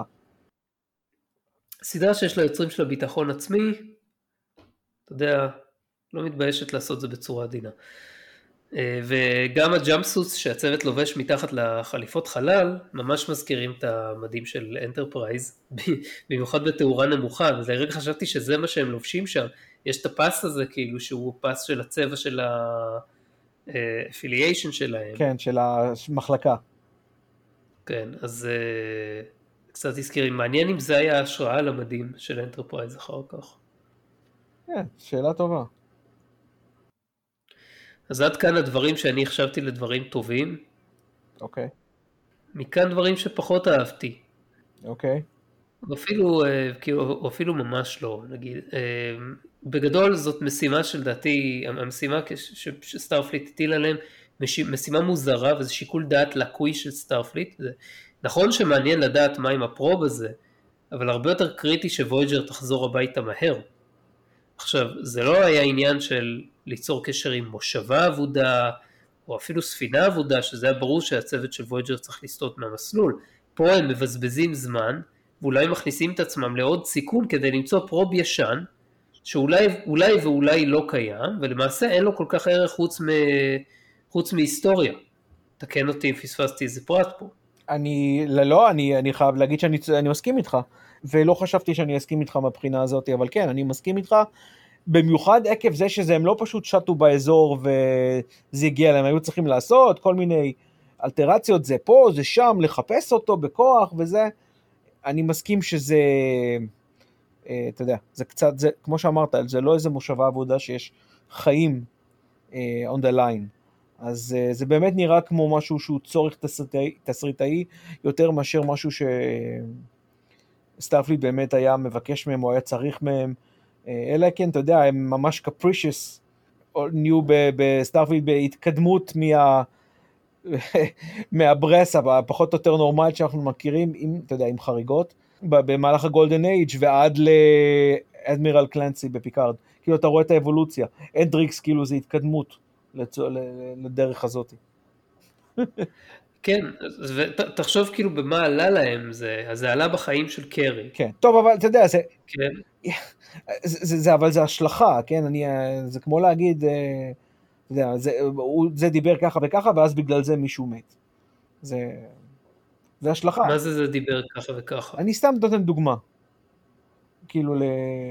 סדרה שיש ליוצרים שלה ביטחון עצמי, אתה יודע, לא מתביישת לעשות זה בצורה עדינה. וגם הג'אמפסוס שהצוות לובש מתחת לחליפות חלל, ממש מזכירים את המדים של אנטרפרייז, במיוחד בתאורה נמוכה, אז לרגע חשבתי שזה מה שהם לובשים שם, יש את הפס הזה כאילו שהוא פס של הצבע של האפיליישן שלהם. כן, של המחלקה. כן, אז קצת הזכירים, מעניין אם זה היה השראה למדים של אנטרפרייז אחר כך. כן, שאלה טובה. אז עד כאן הדברים שאני חשבתי לדברים טובים. אוקיי. מכאן דברים שפחות אהבתי. אוקיי. אפילו, או אפילו ממש לא, נגיד. בגדול זאת משימה שלדעתי, המשימה שסטארפליט הטיל עליהם, משימה מוזרה, וזה שיקול דעת לקוי של סטארפליט. נכון שמעניין לדעת מה עם הפרוב הזה, אבל הרבה יותר קריטי שוויג'ר תחזור הביתה מהר. עכשיו, זה לא היה עניין של ליצור קשר עם מושבה עבודה, או אפילו ספינה עבודה, שזה היה ברור שהצוות של וויג'ר צריך לסטות מהמסלול. פה הם מבזבזים זמן, ואולי מכניסים את עצמם לעוד סיכון כדי למצוא פרוב ישן, שאולי אולי ואולי לא קיים, ולמעשה אין לו כל כך ערך חוץ, מ... חוץ מהיסטוריה. תקן אותי אם פספסתי איזה פרט פה. אני, לא, אני, אני חייב להגיד שאני אני מסכים איתך, ולא חשבתי שאני אסכים איתך מהבחינה הזאת, אבל כן, אני מסכים איתך, במיוחד עקב זה שזה הם לא פשוט שטו באזור וזה הגיע להם, היו צריכים לעשות כל מיני אלטרציות, זה פה, זה שם, לחפש אותו בכוח וזה, אני מסכים שזה, אתה יודע, זה קצת, זה, כמו שאמרת, זה לא איזה מושבה עבודה שיש חיים on the line, אז זה באמת נראה כמו משהו שהוא צורך תסריטאי, תסריטאי יותר מאשר משהו שסטארפליט באמת היה מבקש מהם או היה צריך מהם, אלא כן, אתה יודע, הם ממש capricious, נהיו בסטארפליט בהתקדמות מה, מהברס, הפחות או יותר נורמלית שאנחנו מכירים, עם, אתה יודע, עם חריגות, במהלך הגולדן אייג' ועד לאדמירל קלנסי בפיקארד, כאילו אתה רואה את האבולוציה, אנדריקס כאילו זה התקדמות לדרך הזאת. כן, תחשוב כאילו במה עלה להם זה, אז זה עלה בחיים של קרי. כן, טוב, אבל אתה יודע, זה... כן. זה, זה, אבל זה השלכה, כן, אני, זה כמו להגיד, זה, זה, זה דיבר ככה וככה, ואז בגלל זה מישהו מת. זה, זה השלכה. מה זה זה דיבר ככה וככה? אני סתם נותן דוגמה. כאילו, ל,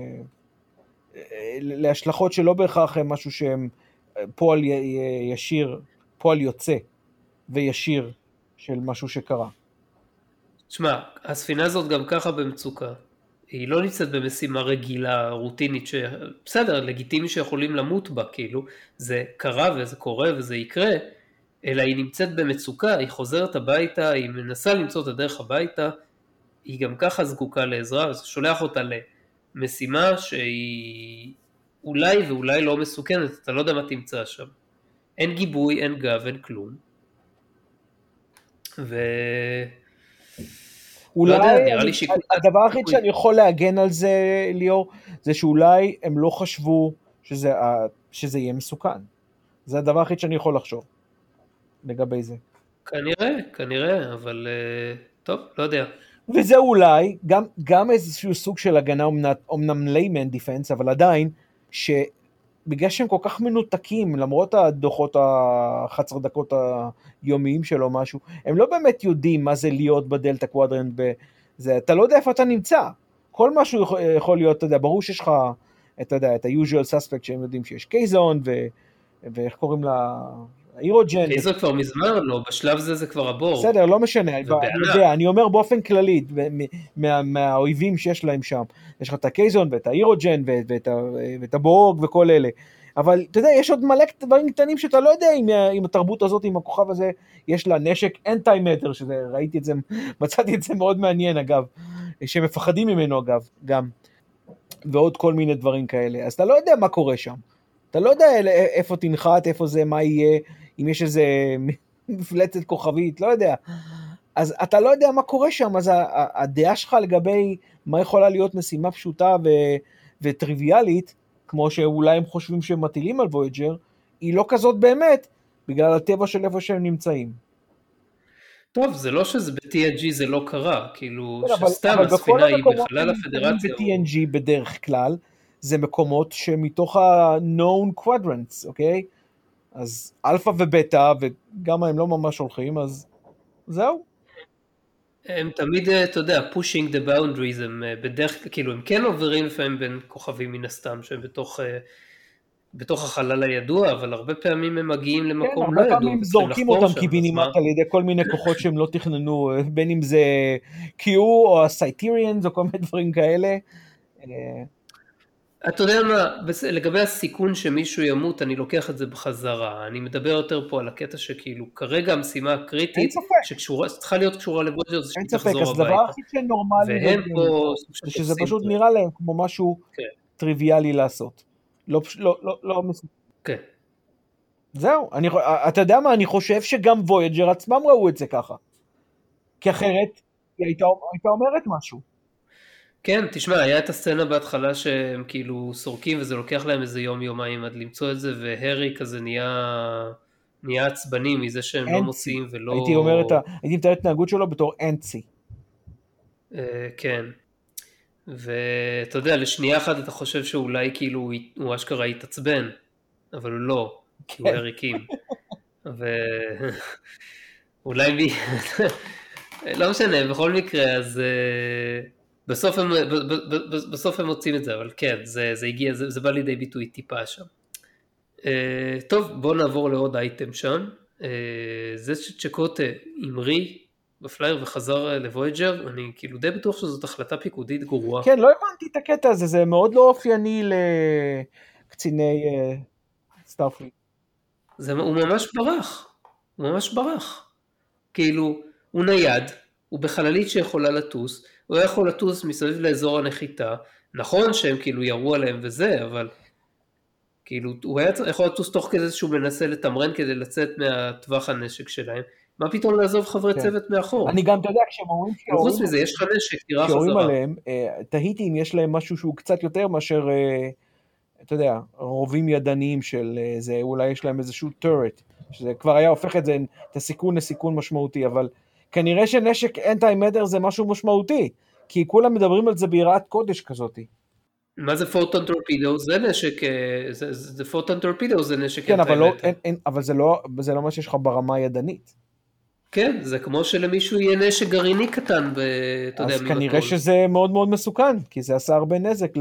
להשלכות שלא בהכרח הם משהו שהם פועל ישיר, פועל יוצא וישיר של משהו שקרה. תשמע, הספינה הזאת גם ככה במצוקה. היא לא נמצאת במשימה רגילה, רוטינית, ש... בסדר, לגיטימי שיכולים למות בה, כאילו, זה קרה וזה קורה וזה יקרה, אלא היא נמצאת במצוקה, היא חוזרת הביתה, היא מנסה למצוא את הדרך הביתה, היא גם ככה זקוקה לעזרה, אז שולח אותה למשימה שהיא אולי ואולי לא מסוכנת, אתה לא יודע מה תמצא שם. אין גיבוי, אין גב, אין כלום. ו... אולי, לא יודע, נראה אני, לי שיקול... הדבר היחיד שאני יכול להגן על זה, ליאור, זה שאולי הם לא חשבו שזה, שזה יהיה מסוכן. זה הדבר היחיד שאני יכול לחשוב לגבי זה. כנראה, כנראה, אבל טוב, לא יודע. וזה אולי גם, גם איזשהו סוג של הגנה, אומנם ליימן דיפנס, אבל עדיין, שבגלל שהם כל כך מנותקים, למרות הדוחות ה-אחת עשרה דקות היומיים שלו משהו, הם לא באמת יודעים מה זה להיות בדלטה קוואדרנט, בזה, אתה לא יודע איפה אתה נמצא. כל משהו יכול, יכול להיות, אתה יודע, ברור שיש לך, אתה יודע, את ה-usual suspect שהם יודעים שיש קייזון, ו, ואיך קוראים לה... האירוג'ן. קייזון כבר מזמן, לא, בשלב זה זה כבר הבור. בסדר, לא משנה, אני יודע, אני אומר באופן כללי, מהאויבים שיש להם שם, יש לך את הקייזון ואת האירוג'ן ואת הבורג וכל אלה, אבל אתה יודע, יש עוד מלא דברים קטנים שאתה לא יודע אם התרבות הזאת, עם הכוכב הזה, יש לה נשק אנטי-מטר, שראיתי את זה, מצאתי את זה מאוד מעניין אגב, שמפחדים ממנו אגב, גם, ועוד כל מיני דברים כאלה, אז אתה לא יודע מה קורה שם, אתה לא יודע איפה תנחת, איפה זה, מה יהיה, אם יש איזה מפלצת כוכבית, לא יודע. אז אתה לא יודע מה קורה שם, אז הדעה שלך לגבי מה יכולה להיות משימה פשוטה ו- וטריוויאלית, כמו שאולי הם חושבים שהם מטילים על וויג'ר, היא לא כזאת באמת, בגלל הטבע של איפה שהם נמצאים. טוב, זה לא שזה ב-טי אן ג'י זה לא קרה, כאילו שסתם הספינה היא בחלל הפדרציה. ב-טי אן ג'י בדרך כלל, זה מקומות שמתוך ה-known quadrants, אוקיי? אז אלפא ובטא, וגם הם לא ממש הולכים, אז זהו. הם תמיד, אתה יודע, pushing the boundaries, הם בדרך כלל, כאילו, הם כן עוברים לפעמים בין כוכבים מן הסתם, שהם בתוך, בתוך החלל הידוע, אבל הרבה פעמים הם מגיעים למקום כן, לא ידוע. הרבה פעמים זורקים אותם קיבינימט על ידי כל מיני כוחות שהם לא תכננו, בין אם זה Q או הסייטיריאנס או כל מיני דברים כאלה. אתה יודע מה, לגבי הסיכון שמישהו ימות, אני לוקח את זה בחזרה. אני מדבר יותר פה על הקטע שכאילו, כרגע המשימה הקריטית, שצריכה להיות קשורה לוויג'ר, זה שהיא תחזור הביתה. אז דבר הכי שנורמלי, והם פה... שזה פשוט נראה להם כמו משהו טריוויאלי לעשות. לא, לא, לא, לא מסוים. כן. זהו, אני, אתה יודע מה, אני חושב שגם וויג'ר עצמם ראו את זה ככה. כי אחרת, היא הייתה, הייתה אומרת משהו. כן, תשמע, היה את הסצנה בהתחלה שהם כאילו סורקים, וזה לוקח להם איזה יום יומיים עד למצוא את זה, והרי כזה נהיה, נהיה עצבני מזה שהם אנצי. לא מוצאים ולא... הייתי אומר את ה... הייתי מתאר את התנהגות שלו בתור אנצי. כן. ואתה יודע, לשנייה אחת אתה חושב שאולי כאילו הוא אשכרה יתעצבן, אבל הוא לא, כי הוא הריקים. ואולי מי... לא משנה, בכל מקרה, אז... בסוף הם, בסוף הם מוצאים את זה, אבל כן, זה, זה הגיע, זה, זה בא לידי ביטוי טיפה שם. טוב, בואו נעבור לעוד אייטם שם. זה שצ'קוטה המריא בפלייר וחזר לוויג'ר, אני כאילו די בטוח שזאת החלטה פיקודית גרועה. כן, לא הבנתי את הקטע הזה, זה מאוד לא אופייני לקציני סטארפליט. הוא ממש ברח, הוא ממש ברח. כאילו, הוא נייד, הוא בחללית שיכולה לטוס, הוא יכול לטוס מסביב לאזור הנחיתה, נכון שהם כאילו ירו עליהם וזה, אבל כאילו הוא היה יכול לטוס תוך כדי שהוא מנסה לתמרן כדי לצאת מהטווח הנשק שלהם, מה פתאום לעזוב חברי כן. צוות מאחור? אני גם, אתה יודע, כשהם אומרים שאומרים... חוץ מזה, יש לך נשק, תראה חזרה. כשאומרים עליהם, תהיתי אם יש להם משהו שהוא קצת יותר מאשר, אתה יודע, רובים ידניים של זה, אולי יש להם איזשהו טורט, שזה כבר היה הופך את זה, את הסיכון לסיכון משמעותי, אבל כנראה שנשק אנטי-מטר זה משהו משמעותי, כי כולם מדברים על זה ביראת קודש כזאת. מה זה פוטון טורפידו? זה נשק, זה, זה פוטון טורפידו, זה נשק כן, אבל, לא, אין, אין, אבל זה לא, זה לא מה שיש לך ברמה הידנית. כן, זה כמו שלמישהו יהיה נשק גרעיני קטן, ב, אתה יודע, אז כנראה שזה מאוד מאוד מסוכן, כי זה עשה הרבה נזק ל...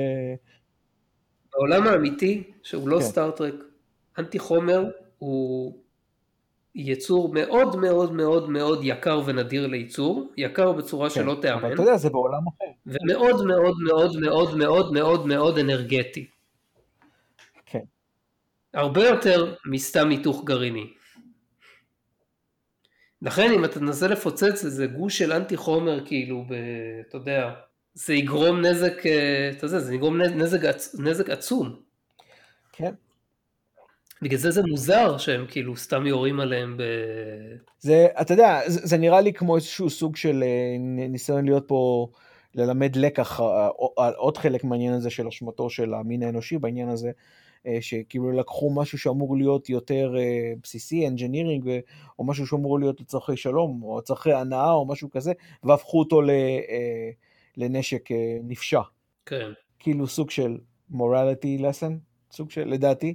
בעולם האמיתי, שהוא לא כן. סטארטרק, אנטי חומר הוא... יצור מאוד מאוד מאוד מאוד יקר ונדיר לייצור, יקר בצורה שלא תאמן. אבל אתה יודע, זה בעולם אחר. ומאוד מאוד מאוד מאוד מאוד מאוד מאוד אנרגטי. כן. הרבה יותר מסתם היתוך גרעיני. לכן אם אתה תנסה לפוצץ איזה גוש של אנטי חומר, כאילו, ב, אתה יודע, זה יגרום נזק, אתה יודע, זה יגרום נזק, נזק עצום. כן. בגלל זה זה מוזר שהם כאילו סתם יורים עליהם ב... זה, אתה יודע, זה, זה נראה לי כמו איזשהו סוג של ניסיון להיות פה, ללמד לקח על עוד חלק מהעניין הזה של אשמתו של המין האנושי בעניין הזה, שכאילו לקחו משהו שאמור להיות יותר בסיסי, engineering, או משהו שאמור להיות לצרכי שלום, או לצרכי הנאה, או משהו כזה, והפכו אותו לנשק נפשע. כן. כאילו סוג של morality lesson, סוג של, לדעתי.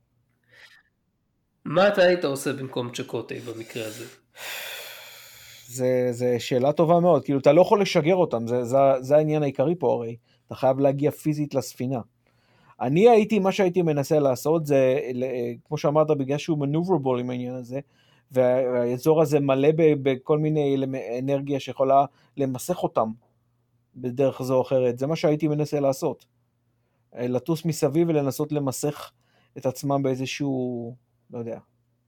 מה אתה היית עושה במקום צ'קוטי במקרה הזה? זה, זה שאלה טובה מאוד, כאילו אתה לא יכול לשגר אותם, זה, זה, זה העניין העיקרי פה הרי, אתה חייב להגיע פיזית לספינה. אני הייתי, מה שהייתי מנסה לעשות זה, כמו שאמרת, בגלל שהוא מנוברבול עם העניין הזה, והאזור הזה מלא בכל מיני אנרגיה שיכולה למסך אותם בדרך זו או אחרת, זה מה שהייתי מנסה לעשות. לטוס מסביב ולנסות למסך את עצמם באיזשהו, לא יודע,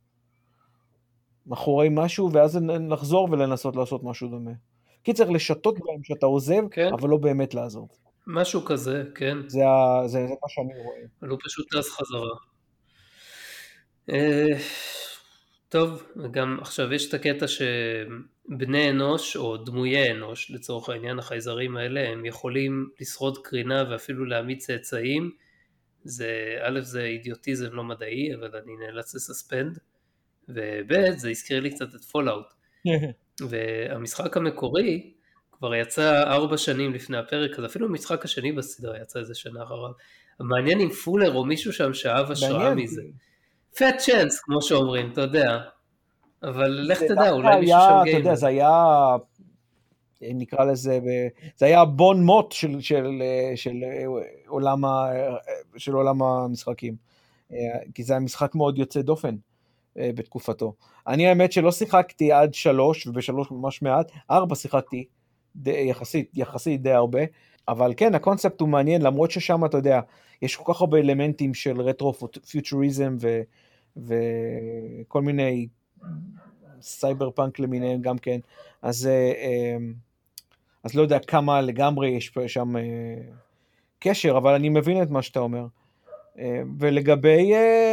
מאחורי משהו, ואז נחזור ולנסות לעשות משהו דומה. כי צריך לשתות בהם שאתה עוזב, כן. אבל לא באמת לעזוב. משהו כזה, כן. זה, זה, זה מה שאני רואה. אבל הוא פשוט טס חזרה. טוב, גם עכשיו יש את הקטע שבני אנוש, או דמויי אנוש, לצורך העניין החייזרים האלה, הם יכולים לשרוד קרינה ואפילו להעמיד צאצאים. זה, א', זה אידיוטיזם לא מדעי, אבל אני נאלץ לסספנד. וב' זה הזכיר לי קצת את פולאוט. והמשחק המקורי כבר יצא ארבע שנים לפני הפרק, אז אפילו המשחק השני בסדרה יצא איזה שנה אחריו. המעניין עם פולר או מישהו שם שאהב השראה מזה. פאט צ'אנס, כמו שאומרים, אתה יודע. אבל לך תדע, אולי מישהו שם גיימר. אתה יודע, זה היה, נקרא לזה, זה היה בון מוט של, של, של, עולם, של עולם המשחקים. כי זה היה משחק מאוד יוצא דופן. בתקופתו. אני האמת שלא שיחקתי עד שלוש, ובשלוש ממש מעט, ארבע שיחקתי, די, יחסית, יחסית די הרבה, אבל כן, הקונספט הוא מעניין, למרות ששם אתה יודע, יש כל כך הרבה אלמנטים של רטרו-פיוטריזם, ו, וכל מיני סייבר פאנק למיניהם גם כן, אז, אז לא יודע כמה לגמרי יש שם קשר, אבל אני מבין את מה שאתה אומר. ולגבי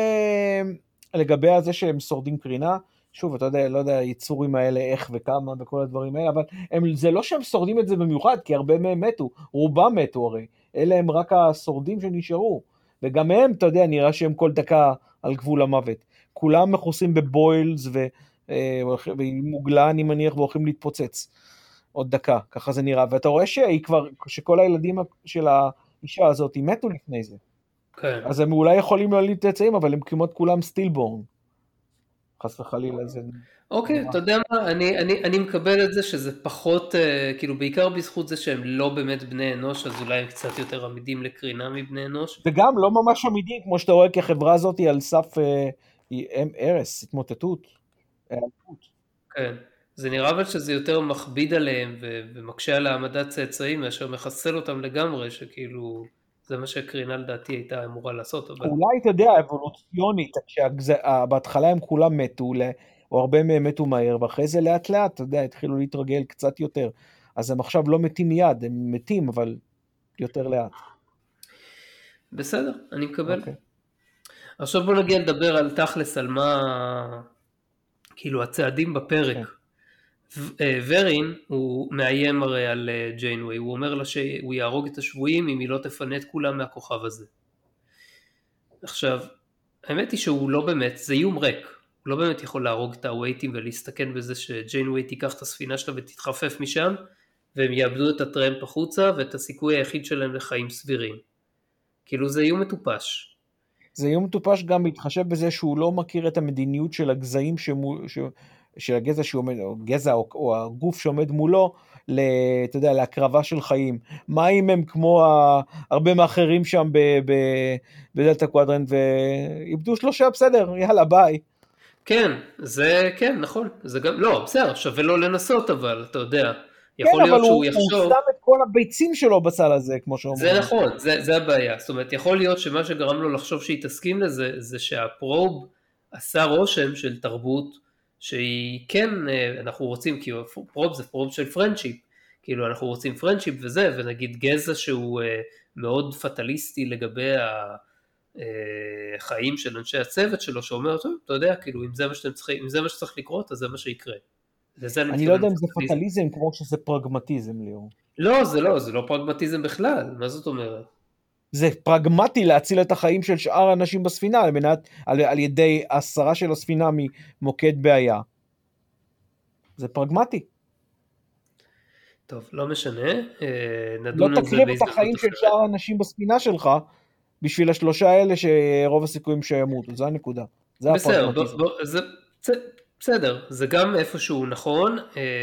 לגבי הזה שהם שורדים קרינה, שוב, אתה יודע, לא יודע, היצורים האלה, איך וכמה וכל הדברים האלה, אבל הם, זה לא שהם שורדים את זה במיוחד, כי הרבה מהם מתו, רובם מתו הרי, אלה הם רק השורדים שנשארו, וגם הם, אתה יודע, נראה שהם כל דקה על גבול המוות, כולם מכוסים בבוילס ו, ומוגלה, אני מניח, והולכים להתפוצץ עוד דקה, ככה זה נראה, ואתה רואה שהיא כבר, שכל הילדים של האישה הזאת, הם מתו לפני זה, כן. אז הם אולי יכולים להוליד צאצאים, אבל הם כמעט כולם סטילבורן. חס וחלילה זה... אוקיי, אתה יודע מה, אני, אני, אני מקבל את זה שזה פחות, כאילו בעיקר בזכות זה שהם לא באמת בני אנוש, אז אולי הם קצת יותר עמידים לקרינה מבני אנוש. וגם לא ממש עמידים, כמו שאתה רואה, כי החברה הזאת היא על סף, היא הרס, התמוטטות. כן, זה נראה אבל שזה יותר מכביד עליהם, ומקשה על העמדת צאצאים, מאשר מחסל אותם לגמרי, שכאילו... זה מה שהקרינה לדעתי הייתה אמורה לעשות. אבל... אולי אתה יודע, אבולוציונית, שבהתחלה הם כולם מתו, או הרבה מהם מתו מהר, ואחרי זה לאט לאט, אתה יודע, התחילו להתרגל קצת יותר. אז הם עכשיו לא מתים מיד, הם מתים, אבל יותר לאט. בסדר, אני מקבל. Okay. עכשיו בוא נגיע לדבר על תכלס, על מה, כאילו הצעדים בפרק. Okay. ורין הוא מאיים הרי על ג'יינווי, הוא אומר לה שהוא יהרוג את השבויים אם היא לא תפנה את כולם מהכוכב הזה. עכשיו, האמת היא שהוא לא באמת, זה איום ריק, הוא לא באמת יכול להרוג את הווייטים ולהסתכן בזה שג'יינווי תיקח את הספינה שלה ותתחפף משם, והם יאבדו את הטרמפ החוצה ואת הסיכוי היחיד שלהם לחיים סבירים. כאילו זה איום מטופש. זה איום מטופש גם מתחשב בזה שהוא לא מכיר את המדיניות של הגזעים שמו... ש... של הגזע שעומד, או גזע, או, או הגוף שעומד מולו, ל, אתה יודע, להקרבה של חיים. מה אם הם כמו ה, הרבה מאחרים שם ב, ב, בדלטה קוואדרנט, ואיבדו שלושה, בסדר, יאללה, ביי. כן, זה, כן, נכון. זה גם, לא, בסדר, שווה לו לנסות, אבל, אתה יודע, יכול כן, להיות שהוא הוא, יחשוב... כן, אבל הוא שם את כל הביצים שלו בסל הזה, כמו שאומרים. זה נכון, זה, זה הבעיה. זאת אומרת, יכול להיות שמה שגרם לו לחשוב שהיא תסכים לזה, זה שהפרוב עשה רושם של תרבות, שהיא כן, אנחנו רוצים, כי פרוב זה פרוב של פרנדשיפ, כאילו אנחנו רוצים פרנדשיפ וזה, ונגיד גזע שהוא מאוד פטליסטי לגבי החיים של אנשי הצוות שלו, שאומר, טוב, אתה יודע, כאילו אם זה מה שאתם צריכים, אם זה מה שצריך לקרות, אז זה מה שיקרה. אני לא יודע אם זה פטליזם כמו שזה פרגמטיזם, ליאור. לא, זה לא, זה לא פרגמטיזם בכלל, מה זאת אומרת? זה פרגמטי להציל את החיים של שאר האנשים בספינה, על, מנת, על, על ידי הסרה של הספינה ממוקד בעיה. זה פרגמטי. טוב, לא משנה, נדון לא על זה תקריב את החיים של שאר האנשים בספינה שלך, בשביל השלושה האלה שרוב הסיכויים שימותו, זה הנקודה. זה בסדר, הפרגמטיזם. ב, ב, זה, בסדר, זה גם איפשהו נכון.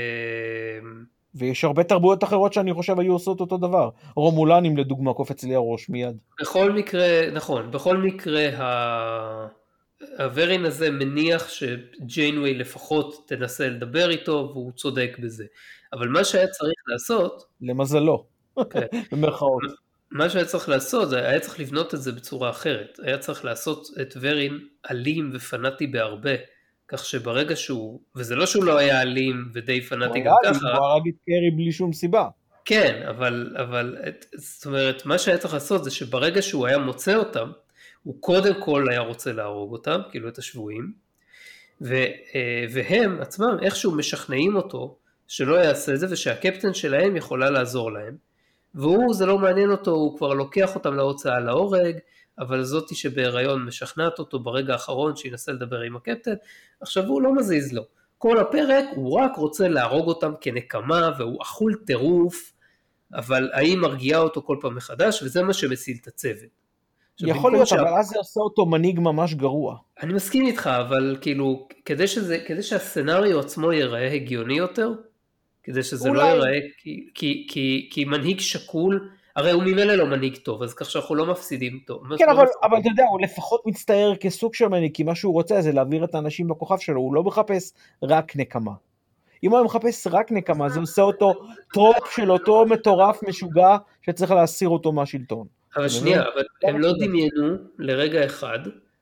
ויש הרבה תרבויות אחרות שאני חושב היו עושות אותו דבר. רומולנים לדוגמה, קופץ לי הראש מיד. בכל מקרה, נכון, בכל מקרה הוורין הזה מניח שג'יינווי לפחות תנסה לדבר איתו, והוא צודק בזה. אבל מה שהיה צריך לעשות... למזלו, כן. במרכאות. מה שהיה צריך לעשות, זה היה צריך לבנות את זה בצורה אחרת. היה צריך לעשות את ורין אלים ופנאטי בהרבה. כך שברגע שהוא, וזה לא שהוא לא היה אלים ודי פנאטי גם ככה. הוא הרג את קרי בלי שום סיבה. כן, אבל, אבל, זאת אומרת, מה שהיה צריך לעשות זה שברגע שהוא היה מוצא אותם, הוא קודם כל היה רוצה להרוג אותם, כאילו את השבויים, ו, והם עצמם איכשהו משכנעים אותו שלא יעשה זה, ושהקפטן שלהם יכולה לעזור להם, והוא, זה לא מעניין אותו, הוא כבר לוקח אותם להוצאה להורג, אבל זאתי שבהיריון משכנעת אותו ברגע האחרון שינסה לדבר עם הקפטן, עכשיו הוא לא מזיז לו. כל הפרק הוא רק רוצה להרוג אותם כנקמה, והוא אכול טירוף, אבל האם מרגיעה אותו כל פעם מחדש, וזה מה שמציל את הצוות. יכול להיות, שה... אבל אז זה עושה אותו מנהיג ממש גרוע. אני מסכים איתך, אבל כאילו, כדי, שזה, כדי שהסצנריו עצמו ייראה הגיוני יותר, כדי שזה אולי... לא ייראה, כי, כי, כי, כי מנהיג שקול, הרי הוא ממילא לא מנהיג טוב, אז כך שאנחנו לא מפסידים טוב. כן, אבל, אבל אתה יודע, הוא לפחות מצטער כסוג של מנהיג, כי מה שהוא רוצה זה להעביר את האנשים בכוכב שלו, הוא לא מחפש רק נקמה. אם הוא מחפש רק נקמה, זה עושה אותו טרופ של אותו מטורף משוגע, שצריך להסיר אותו מהשלטון. אבל שנייה, אבל הם לא דמיינו לרגע אחד,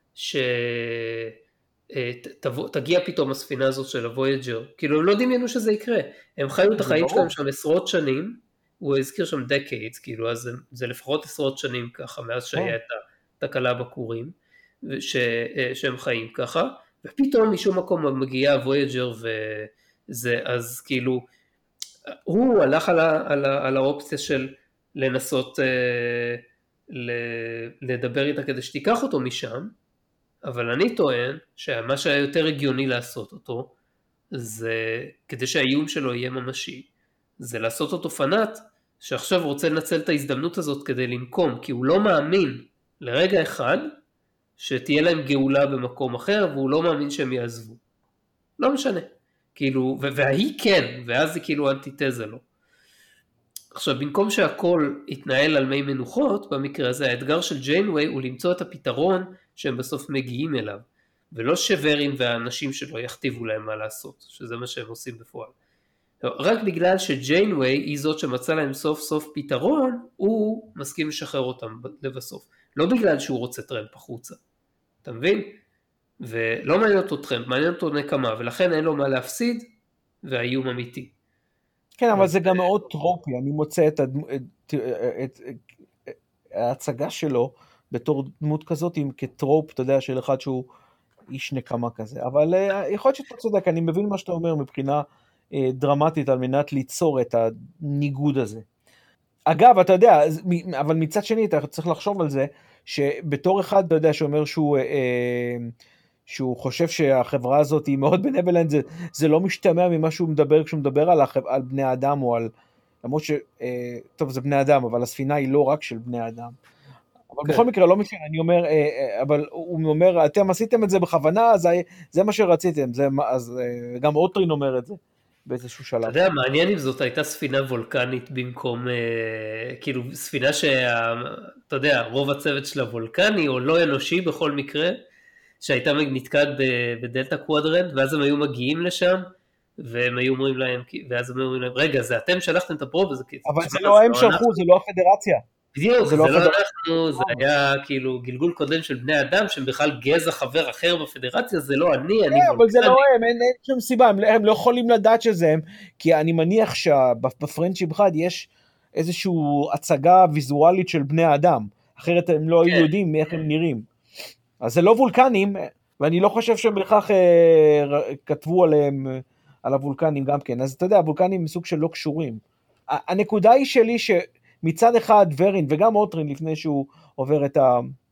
שתגיע פתאום הספינה הזאת של הוויג'ר, כאילו הם לא דמיינו שזה יקרה, הם חיו את החיים שלהם שם עשרות שנים, הוא הזכיר שם דקיידס, כאילו, אז זה לפחות עשרות שנים ככה, מאז שהיה את התקלה בקורים, שהם חיים ככה, ופתאום משום מקום מגיעה הוויג'ר, וזה, אז כאילו, הוא הלך על, על, על האופציה של לנסות לדבר איתה כדי שתיקח אותו משם, אבל אני טוען שמה שהיה יותר הגיוני לעשות אותו, זה כדי שהאיום שלו יהיה ממשי, זה לעשות אותו פנאט, שעכשיו רוצה לנצל את ההזדמנות הזאת כדי לנקום, כי הוא לא מאמין לרגע אחד, שתהיה להם גאולה במקום אחר, והוא לא מאמין שהם יעזבו. לא משנה. כאילו, והיא כן, ואז זה כאילו אנטיתזה לו. עכשיו, במקום שהכל יתנהל על מי מנוחות, במקרה הזה, האתגר של ג'יינווי הוא למצוא את הפתרון שהם בסוף מגיעים אליו, ולא שוורין והאנשים שלו יכתיבו להם מה לעשות, שזה מה שהם עושים בפועל. רק בגלל שג'יינווי היא זאת שמצא להם סוף סוף פתרון, הוא מסכים לשחרר אותם לבסוף. לא בגלל שהוא רוצה טרמפ החוצה. אתה מבין? ולא מעניין אותו טרמפ, מעניין אותו נקמה, ולכן אין לו מה להפסיד, והאיום אמיתי. כן, אבל זה גם מאוד טרופי, אני מוצא את, הדמ... את, את, את ההצגה שלו בתור דמות כזאת, עם כטרופ, אתה יודע, של אחד שהוא איש נקמה כזה, אבל יכול להיות שאתה צודק, אני מבין מה שאתה אומר מבחינה דרמטית, על מנת ליצור את הניגוד הזה. אגב, אתה יודע, אבל מצד שני, אתה צריך לחשוב על זה, שבתור אחד, אתה יודע, שאומר שהוא... שהוא חושב שהחברה הזאת היא מאוד בנבלנד, זה, זה לא משתמע ממה שהוא מדבר, כשהוא מדבר על, החב... על בני אדם, או על, למרות ש, אה, טוב, זה בני אדם, אבל הספינה היא לא רק של בני אדם. אבל okay. בכל מקרה, לא משנה, אני אומר, אה, אה, אבל הוא אומר, אתם עשיתם את זה בכוונה, אז זה מה שרציתם, זה, אז אה, גם אוטרין אומר את זה, באיזשהו שלב. אתה יודע, מעניין אם זאת הייתה ספינה וולקנית, במקום, אה, כאילו, ספינה שה, אתה יודע, רוב הצוות שלה וולקני, או לא אנושי בכל מקרה, שהייתה נתקעת בדלטה קוואדרנט, ואז הם היו מגיעים לשם, והם היו אומרים להם, ואז הם אומרים להם, רגע, זה אתם שלחתם את הפרוב, אבל זה לא הם שלחו, זה לא הפדרציה. בדיוק, זה לא אנחנו, זה היה כאילו גלגול קודם של בני אדם, שהם בכלל גזע חבר אחר בפדרציה, זה לא אני, אני וולקני. אבל זה לא הם, אין שום סיבה, הם לא יכולים לדעת שזה הם, כי אני מניח שבפרנצ'יפ אחד יש איזושהי הצגה ויזואלית של בני האדם, אחרת הם לא היו יודעים איך הם נראים. אז זה לא וולקנים, ואני לא חושב שהם בכך כתבו עליהם, על הוולקנים גם כן, אז אתה יודע, הוולקנים מסוג של לא קשורים. הנקודה היא שלי שמצד אחד ורין וגם אוטרין לפני שהוא עובר את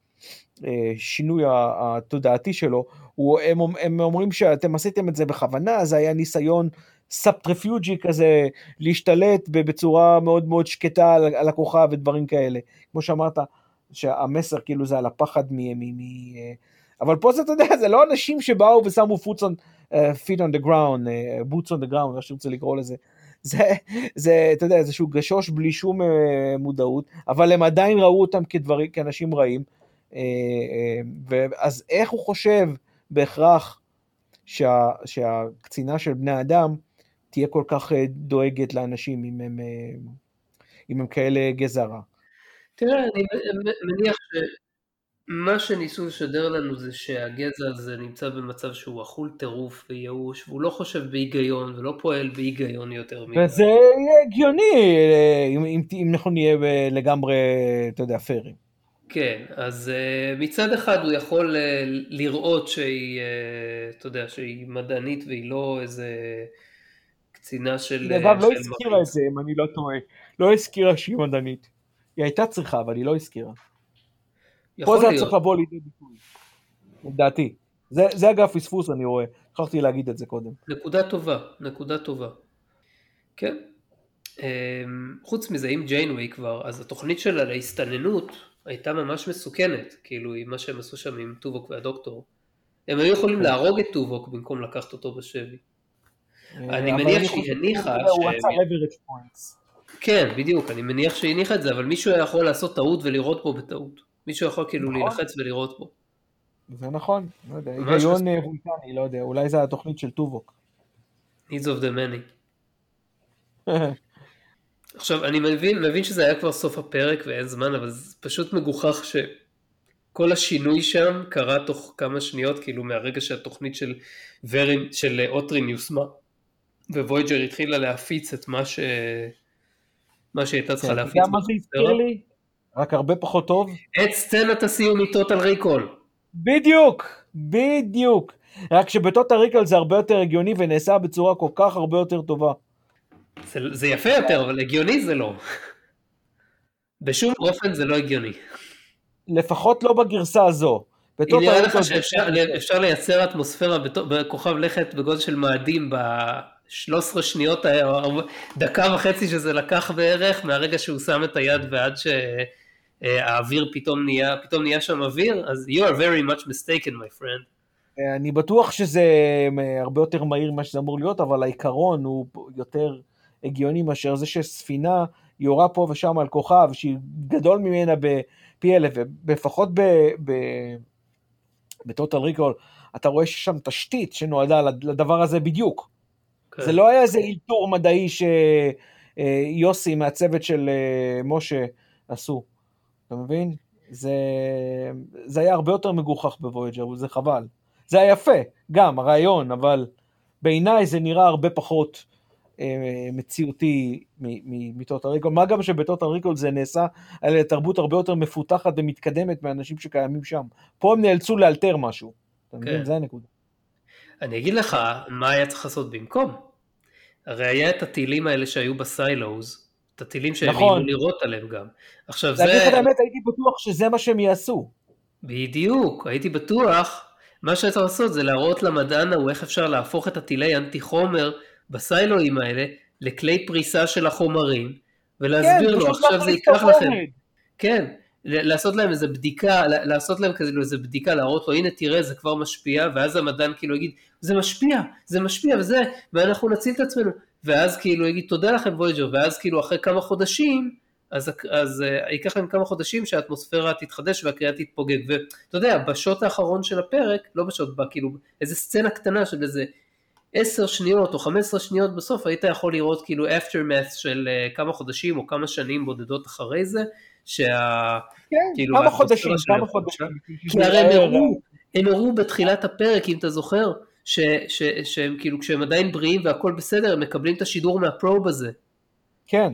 השינוי התודעתי שלו, הם, הם אומרים שאתם עשיתם את זה בכוונה, זה היה ניסיון סאבטריפיוג'י כזה, להשתלט בצורה מאוד מאוד שקטה על, על הכוכב ודברים כאלה. כמו שאמרת, שהמסר כאילו זה על הפחד מ... מ, מ אבל פה זה, אתה יודע, זה לא אנשים שבאו ושמו פוטס on, uh, feet on the ground, uh, boots on the ground, מה שרוצה לקרוא לזה. זה, זה, אתה יודע, איזשהו גשוש בלי שום uh, מודעות, אבל הם עדיין ראו אותם כדברים, כאנשים רעים, uh, uh, אז איך הוא חושב בהכרח שה, שהקצינה של בני אדם תהיה כל כך uh, דואגת לאנשים אם הם, uh, אם הם כאלה גזע רע? תראה, אני מניח שמה שניסו לשדר לנו זה שהגזע הזה נמצא במצב שהוא אכול טירוף וייאוש, והוא לא חושב בהיגיון ולא פועל בהיגיון יותר מדי. וזה הגיוני, אם, אם, אם נכון נהיה לגמרי, אתה יודע, פיירים. כן, אז uh, מצד אחד הוא יכול uh, לראות שהיא, uh, אתה יודע, שהיא מדענית והיא לא איזה קצינה של... היא אגב לא הזכירה את זה, אם אני לא טועה. לא הזכירה שהיא מדענית. היא הייתה צריכה, אבל היא לא הזכירה. פה זה צריך לבוא לידי ביטוי. לדעתי. זה, זה אגב פספוס, אני רואה. שכחתי להגיד את זה קודם. נקודה טובה, נקודה טובה. כן. חוץ מזה, אם ג'יינווי כבר, אז התוכנית שלה להסתננות הייתה ממש מסוכנת, כאילו, עם מה שהם עשו שם עם טובוק והדוקטור. הם היו יכולים להרוג את טובוק במקום לקחת אותו בשבי. אני מניח שהיא הניחה... כן, בדיוק, אני מניח שהיא הניחה את זה, אבל מישהו יכול לעשות טעות ולראות פה בטעות. מישהו יכול כאילו להילחץ ולראות פה. זה נכון, לא יודע, היגיון וולקני, לא יודע, אולי זה התוכנית של טובוק. Needs of the many. עכשיו, אני מבין, מבין שזה היה כבר סוף הפרק ואין זמן, אבל זה פשוט מגוחך שכל השינוי שם קרה תוך כמה שניות, כאילו מהרגע שהתוכנית של ורין, של אוטרין יוסמה, וויג'ר התחילה להפיץ את מה ש... מה שהייתה צריכה להפיץ. גם מה זה הזכיר לי? רק הרבה פחות טוב. את סצנת הסיום מטוטל ריקול. בדיוק, בדיוק. רק שבטוטל ריקול זה הרבה יותר הגיוני ונעשה בצורה כל כך הרבה יותר טובה. זה, זה יפה יותר, אבל הגיוני זה לא. בשום אופן זה לא הגיוני. לפחות לא בגרסה הזו. היא נראה לך שאפשר לייצר אטמוספירה בכוכב לכת בגודל של מאדים ב-שלוש עשרה שניות, דקה וחצי שזה לקח בערך, מהרגע שהוא שם את היד ועד שהאוויר פתאום נהיה, פתאום נהיה שם אוויר, אז you are very much mistaken, my friend. אני בטוח שזה הרבה יותר מהיר ממה שזה אמור להיות, אבל העיקרון הוא יותר הגיוני מאשר זה שספינה יורה פה ושם על כוכב, שהיא גדול ממנה בפי אלף, ולפחות בטוטל ריקול, אתה רואה ששם תשתית שנועדה לדבר הזה בדיוק. Okay. זה לא היה איזה אילתור מדעי שיוסי מהצוות של משה עשו. אתה מבין? זה, זה היה הרבה יותר מגוחך בוויג'ר, וזה חבל. זה היה יפה, גם הרעיון, אבל בעיניי זה נראה הרבה פחות אה, מציאותי מטוטל ריקול. מה גם שבטוטל ריקול זה נעשה על תרבות הרבה יותר מפותחת ומתקדמת מהאנשים שקיימים שם. פה הם נאלצו לאלתר משהו. אתה מבין? כן. זה הנקודה. אני אגיד לך מה היה צריך לעשות במקום. הרי היה את הטילים האלה שהיו בסיילוז, את הטילים שהם נכון. יהיו לראות עליהם גם. עכשיו זה... להגיד לך האמת, הייתי בטוח שזה מה שהם יעשו. בדיוק, הייתי בטוח... מה שצריך לעשות זה להראות למדען הוא איך אפשר להפוך את הטילי אנטי חומר בסיילואים האלה לכלי פריסה של החומרים, ולהסביר לו, עכשיו זה ייקח לכם. כן, לעשות להם איזה בדיקה, לעשות להם כזה איזה בדיקה, להראות לו, הנה תראה זה כבר משפיע, ואז המדען כאילו יגיד, זה משפיע, זה משפיע וזה, ואנחנו נציל את עצמנו, ואז כאילו יגיד תודה לכם וויג'ר, ואז כאילו אחרי כמה חודשים, אז, אז uh, ייקח להם כמה חודשים שהאטמוספירה תתחדש והקריאה תתפוגג, ואתה יודע, בשוט האחרון של הפרק, לא בשוט, בה, כאילו, איזה סצנה קטנה של איזה עשר שניות או חמש עשרה שניות בסוף, היית יכול לראות כאילו aftermath של uh, כמה חודשים או כמה שנים בודדות אחרי זה, שה... כן, כאילו, כמה חודשים, האטמוספירה כמה שלה חודשים. כי הרי הם הראו, הם הראו בתחילת הפרק, אם אתה זוכר, ש, ש, שהם כאילו, כשהם עדיין בריאים והכל בסדר, הם מקבלים את השידור מהפרוב הזה. כן.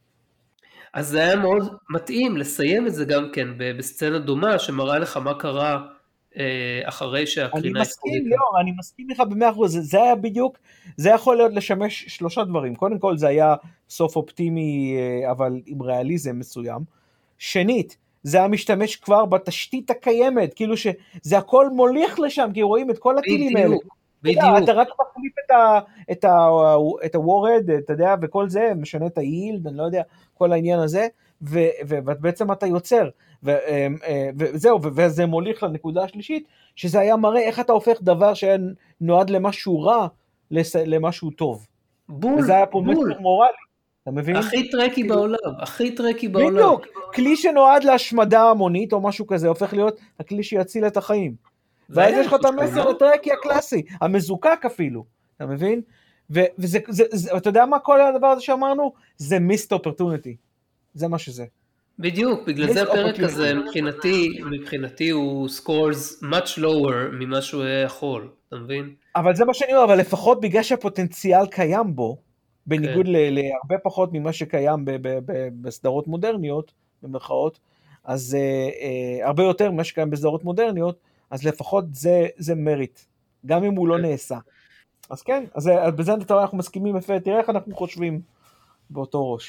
אז זה היה מאוד מתאים לסיים את זה גם כן בסצנה דומה, שמראה לך מה קרה אחרי שהקרינה אני מסכים, ליאור, אני מסכים לך במאה אחוז, זה, זה היה בדיוק, זה יכול להיות לשמש שלושה דברים. קודם כל זה היה סוף אופטימי, אבל עם ריאליזם מסוים. שנית, זה היה משתמש כבר בתשתית הקיימת, כאילו שזה הכל מוליך לשם, כי רואים את כל הטילים האלה. בדיוק. אתה רק מחליף את ה, את ה, את הוורד, אתה יודע, וכל זה, משנה את היילד, אני לא יודע, כל העניין הזה, ובעצם אתה יוצר, וזהו, וזה מוליך לנקודה השלישית, שזה היה מראה איך אתה הופך דבר שנועד למשהו רע, למשהו טוב. בול, וזה היה פה מסר מורלי. אתה מבין? הכי טרקי בעולם, הכי טרקי בעולם. בדיוק, כלי שנועד להשמדה המונית או משהו כזה, הופך להיות הכלי שיציל את החיים. ואז יש לך את המסר הטרקי הקלאסי, המזוקק אפילו, אתה מבין? וזה, אתה יודע מה כל הדבר הזה שאמרנו? זה missed opportunity, זה מה שזה. בדיוק, בגלל זה הפרק הזה מבחינתי, מבחינתי הוא scores much lower ממה שהוא יכול, אתה מבין? אבל זה מה שאני אומר, אבל לפחות בגלל שהפוטנציאל קיים בו, בניגוד להרבה פחות ממה שקיים בסדרות מודרניות, במרכאות, אז הרבה יותר ממה שקיים בסדרות מודרניות, אז לפחות זה, זה מריט, גם אם הוא לא נעשה. אז כן, אז בזה אנחנו מסכימים יפה, תראה איך אנחנו חושבים באותו ראש.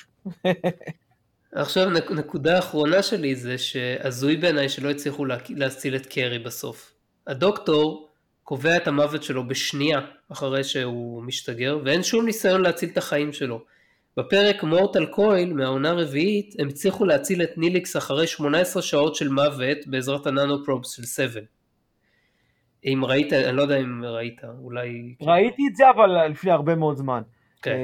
עכשיו נקודה האחרונה שלי זה שהזוי בעיניי שלא הצליחו להציל את קרי בסוף. הדוקטור קובע את המוות שלו בשנייה אחרי שהוא משתגר, ואין שום ניסיון להציל את החיים שלו. בפרק מורטל קויל מהעונה הרביעית הם הצליחו להציל את ניליקס אחרי שמונה עשרה שעות של מוות בעזרת הננו-פרובס של סבן. אם ראית, אני לא יודע אם ראית, אולי... ראיתי את זה אבל לפני הרבה מאוד זמן. כן.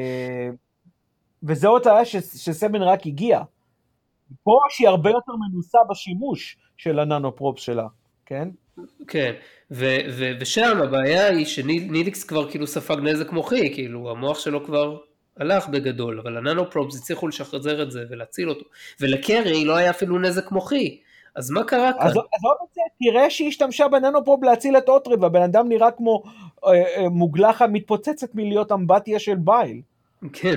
וזה עוד היה שסבן רק הגיע. פה שהיא הרבה יותר מנוסה בשימוש של הננו-פרובס שלה, כן? כן, ו- ו- ושם הבעיה היא שניליקס כבר כאילו ספג נזק מוחי, כאילו המוח שלו כבר הלך בגדול, אבל הננו-פרובס הצליחו לשחזר את זה ולהציל אותו, ולקרי לא היה אפילו נזק מוחי, אז מה קרה כאן? אז עוד את זה, תראה שהיא השתמשה בננו-פרוב להציל את אוטרי, והבן אדם נראה כמו אה, אה, מוגלחה מתפוצצת מלהיות אמבטיה של בייל. כן.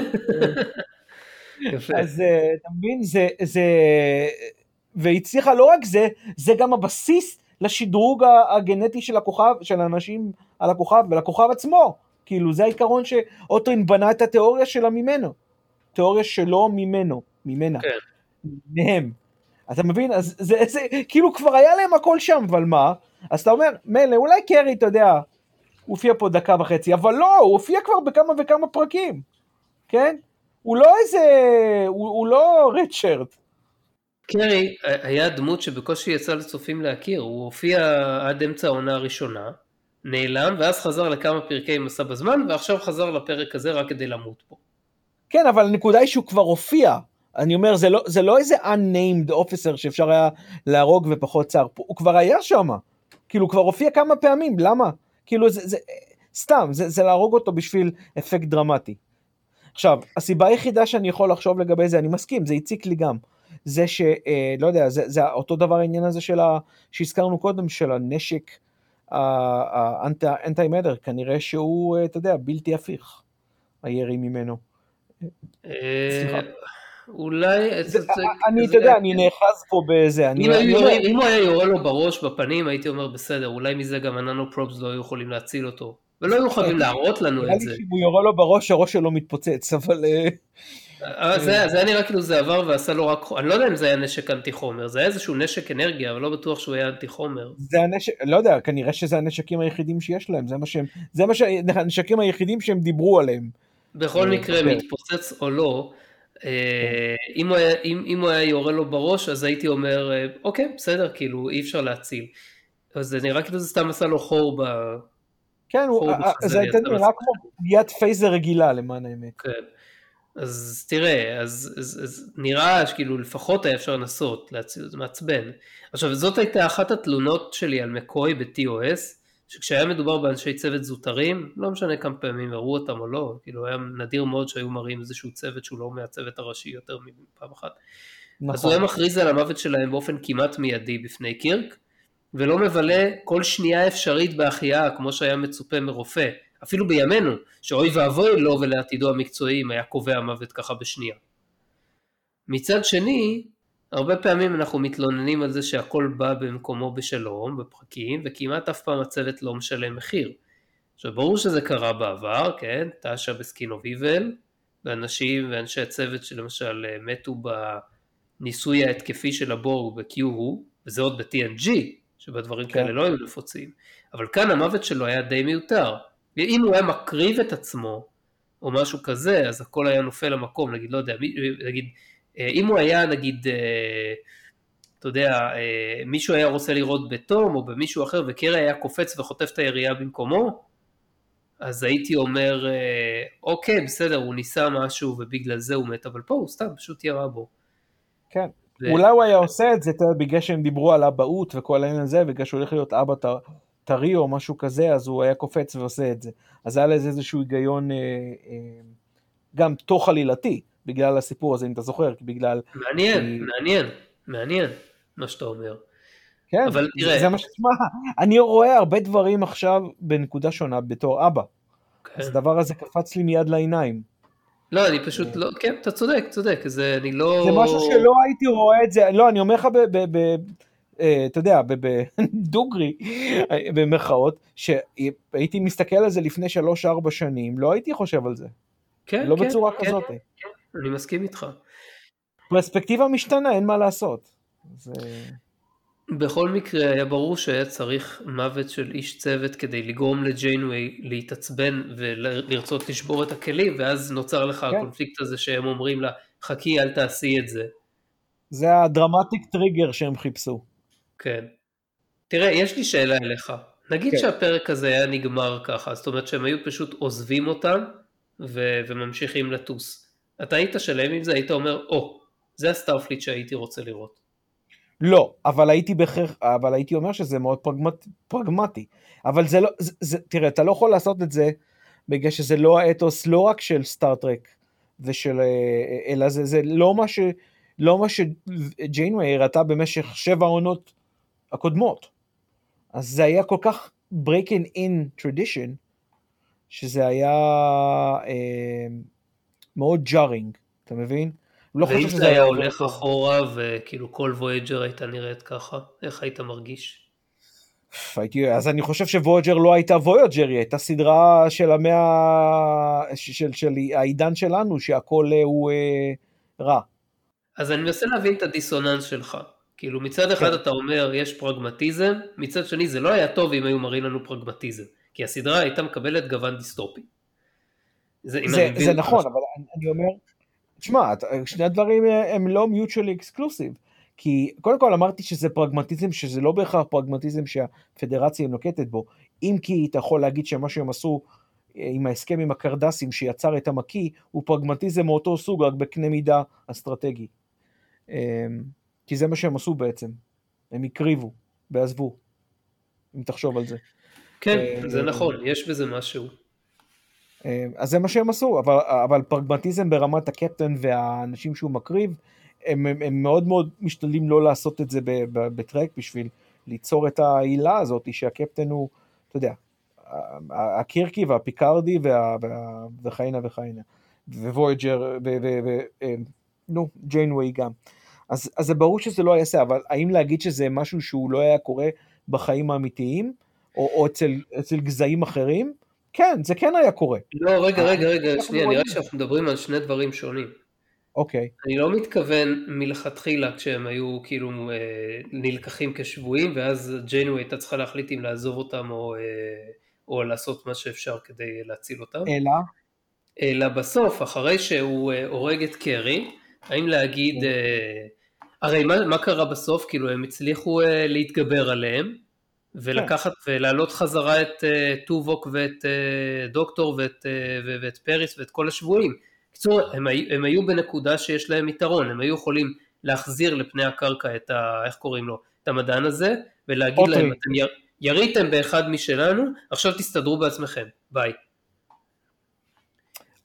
אז אתה מבין, זה, זה, והצליחה לא רק זה, זה גם הבסיס לשדרוג הגנטי של הכוכב, של האנשים על הכוכב, ולכוכב עצמו, כאילו זה העיקרון שאוטרין בנה את התיאוריה שלה ממנו, תיאוריה שלו ממנו, ממנה, כן. מהם, אתה מבין, אז זה, זה, כאילו כבר היה להם הכל שם, אבל מה, אז אתה אומר, מלא, אולי קרי, אתה יודע, הוא הופיע פה דקה וחצי, אבל לא, הוא הופיע כבר בכמה וכמה פרקים, כן? הוא לא איזה, הוא, הוא לא רדשרט. קרי היה דמות שבקושי יצא לצופים להכיר, הוא הופיע עד אמצע העונה הראשונה, נעלם, ואז חזר לכמה פרקי מסע בזמן, ועכשיו חזר לפרק הזה רק כדי למות פה. כן, אבל הנקודה היא שהוא כבר הופיע, אני אומר, זה לא, זה לא איזה unnamed officer שאפשר היה להרוג ופחות צער, הוא כבר היה שם, כאילו הוא כבר הופיע כמה פעמים, למה? כאילו זה, זה סתם, זה, זה להרוג אותו בשביל אפקט דרמטי. עכשיו, הסיבה היחידה שאני יכול לחשוב לגבי זה, אני מסכים, זה הציק לי גם, זה ש, אה, לא יודע, זה, זה אותו דבר העניין הזה של ה, שהזכרנו קודם, של הנשק האנטי-מדר, כנראה שהוא, אתה יודע, בלתי הפיך, הירי ממנו. סליחה. אולי... אני, אתה יודע, אני נאחז פה בזה. אם הוא היה יורה לו בראש, בפנים, הייתי אומר, בסדר, אולי מזה גם הננו-פרובס לא היו יכולים להציל אותו. ולא היו יכולים להראות לנו את זה. אם הוא יורה לו בראש, הראש שלו מתפוצץ, אבל... זה היה נראה כאילו זה עבר ועשה לו רק... אני לא יודע אם זה היה נשק אנטי חומר, זה היה איזשהו נשק אנרגיה, אבל לא בטוח שהוא היה אנטי חומר. זה הנשק, לא יודע, כנראה שזה הנשקים היחידים שיש להם, זה מה שהם, זה מה שהנשקים היחידים שהם דיברו עליהם. בכל מקרה, מתפוצץ או לא, אם הוא היה יורה לו בראש, אז הייתי אומר, אוקיי, בסדר, כאילו, אי אפשר להציל. אז זה נראה כאילו זה סתם עשה לו חור ב... כן, זה הייתה נראה כמו פגיעת פייזר רגילה, למען האמת. כן. אז תראה, אז, אז, אז נראה שכאילו לפחות היה אפשר לנסות להציל, זה מעצבן. עכשיו, זאת הייתה אחת התלונות שלי על מקוי ב-טי או אס, שכשהיה מדובר באנשי צוות זוטרים, לא משנה כמה פעמים הראו אותם או לא, כאילו היה נדיר מאוד שהיו מראים איזשהו צוות שהוא לא מהצוות הראשי יותר מפעם אחת. נכון. אז הוא היה מכריז על המוות שלהם באופן כמעט מיידי בפני קירק, ולא מבלה כל שנייה אפשרית בהחייאה, כמו שהיה מצופה מרופא, אפילו בימינו, שאוי ואבוי לו ולעתידו המקצועיים היה קובע מוות ככה בשנייה. מצד שני, הרבה פעמים אנחנו מתלוננים על זה שהכל בא במקומו בשלום, בפרקים, וכמעט אף פעם הצוות לא משלם מחיר. עכשיו, ברור שזה קרה בעבר, כן? טאשה בסקין אוף איבל, ואנשים ואנשי הצוות שלמשל מתו בניסוי ההתקפי של הבורג ב-קיו-הו, וזה עוד ב-טי אן ג'י, שבדברים כן. כאלה לא היו נפוצים. אבל כאן המוות שלו היה די מיותר. ואם הוא היה מקריב את עצמו, או משהו כזה, אז הכל היה נופל למקום, נגיד, לא יודע, נגיד, אם הוא היה, נגיד, אתה יודע, מישהו היה רוצה לראות בתום, או במישהו אחר, וקרי היה קופץ וחוטף את הירייה במקומו, אז הייתי אומר, אוקיי, בסדר, הוא ניסה משהו, ובגלל זה הוא מת, אבל פה הוא סתם, פשוט ירה בו. כן, ו... אולי הוא היה עושה את זה, בגלל שהם דיברו על אבאות וכל העניין הזה, בגלל שהוא הולך להיות אבא טרי או משהו כזה, אז הוא היה קופץ ועושה את זה. אז היה לזה איזשהו היגיון, אה, אה, גם תוך עלילתי, בגלל הסיפור הזה, אם אתה זוכר, בגלל... מעניין, כי... מעניין, מעניין, מה שאתה אומר. כן, אבל תראה... זה מה שתשמע, אני רואה הרבה דברים עכשיו בנקודה שונה בתור אבא. כן. אז הדבר הזה קפץ לי מיד לעיניים. לא, אני פשוט לא, כן, אתה צודק, צודק, זה אני לא... זה משהו שלא הייתי רואה את זה, לא, אני אומר לך ב... ב, ב אתה יודע, בדוגרי, במרכאות, שהייתי מסתכל על זה לפני שלוש ארבע שנים, לא הייתי חושב על זה. כן, לא כן, בצורה כן, כזאת. כן, אני מסכים איתך. פרספקטיבה משתנה, אין מה לעשות. זה... בכל מקרה היה ברור שהיה צריך מוות של איש צוות כדי לגרום לג'יינווי להתעצבן ולרצות לשבור את הכלים, ואז נוצר לך כן. הקונפליקט הזה שהם אומרים לה, חכי, אל תעשי את זה. זה הדרמטיק טריגר שהם חיפשו. כן. תראה, יש לי שאלה אליך. נגיד כן. שהפרק הזה היה נגמר ככה, זאת אומרת שהם היו פשוט עוזבים אותם ו- וממשיכים לטוס. אתה היית שלם עם זה, היית אומר, או, זה הסטארפליט שהייתי רוצה לראות. לא, אבל הייתי בחר, אבל הייתי אומר שזה מאוד פרגמט, פרגמטי. אבל זה לא, זה, זה, תראה, אתה לא יכול לעשות את זה, בגלל שזה לא האתוס, לא רק של סטארטרק, ושל, אלא זה, זה לא מה ש, לא מה שג'יינווי הראתה במשך שבע עונות הקודמות. אז זה היה כל כך breaking in tradition, שזה היה אה, מאוד jarring, אתה מבין? ואם זה היה הולך אחורה, וכאילו כל וויג'ר הייתה נראית ככה, איך היית מרגיש? הייתי, אז אני חושב שוויג'ר לא הייתה וויג'ר, היא הייתה סדרה של המאה, של, של העידן שלנו, שהכל הוא אה, רע. אז אני מנסה להבין את הדיסוננס שלך. כאילו מצד אחד אתה אומר, יש פרגמטיזם, מצד שני זה לא היה טוב אם היו מראים לנו פרגמטיזם, כי הסדרה הייתה מקבלת גוון דיסטופי. זה, זה, זה נכון, אבל אני, אני אומר, תשמע, שני הדברים הם לא mutually exclusive, כי קודם כל אמרתי שזה פרגמטיזם, שזה לא בהכרח פרגמטיזם שהפדרציה נוקטת בו, אם כי אתה יכול להגיד שמה שהם עשו עם ההסכם עם הקרדסים שיצר את המקי, הוא פרגמטיזם מאותו סוג, רק בקנה מידה אסטרטגי. כי זה מה שהם עשו בעצם, הם הקריבו, בעזבו, אם תחשוב על זה. כן, זה נכון, יש בזה משהו. אז זה מה שהם עשו, אבל, אבל פרגמטיזם ברמת הקפטן והאנשים שהוא מקריב, הם, הם, הם מאוד מאוד משתדלים לא לעשות את זה בטרק, בשביל ליצור את העילה הזאת, שהקפטן הוא, אתה יודע, הקירקי והפיקרדי וה, וה, וחיינה וחיינה, וויג'ר, נו, ג'יינווי גם. אז, אז זה ברור שזה לא יעשה, אבל האם להגיד שזה משהו שהוא לא היה קורה בחיים האמיתיים, או, או אצל, אצל גזעים אחרים? כן, זה כן היה קורה. לא, רגע, רגע, רגע, שנייה, נראה שאנחנו מדברים על שני דברים שונים. אוקיי. אני לא מתכוון מלכתחילה כשהם היו כאילו נלקחים כשבויים, ואז ג'יינווי הייתה צריכה להחליט אם לעזוב אותם או, או לעשות מה שאפשר כדי להציל אותם. אלא? אלא בסוף, אחרי שהוא הורג את קרי, האם להגיד, הרי מה, מה קרה בסוף? כאילו הם הצליחו להתגבר עליהם, ולקחת ולהעלות חזרה את טובוק ואת דוקטור ואת, ואת פריס ואת כל השבויים. בקיצור, הם, הם היו בנקודה שיש להם יתרון, הם היו יכולים להחזיר לפני הקרקע את ה, איך קוראים לו, את המדען הזה, ולהגיד אוטרי. להם, אתם יר, יריתם באחד משלנו, עכשיו תסתדרו בעצמכם, ביי.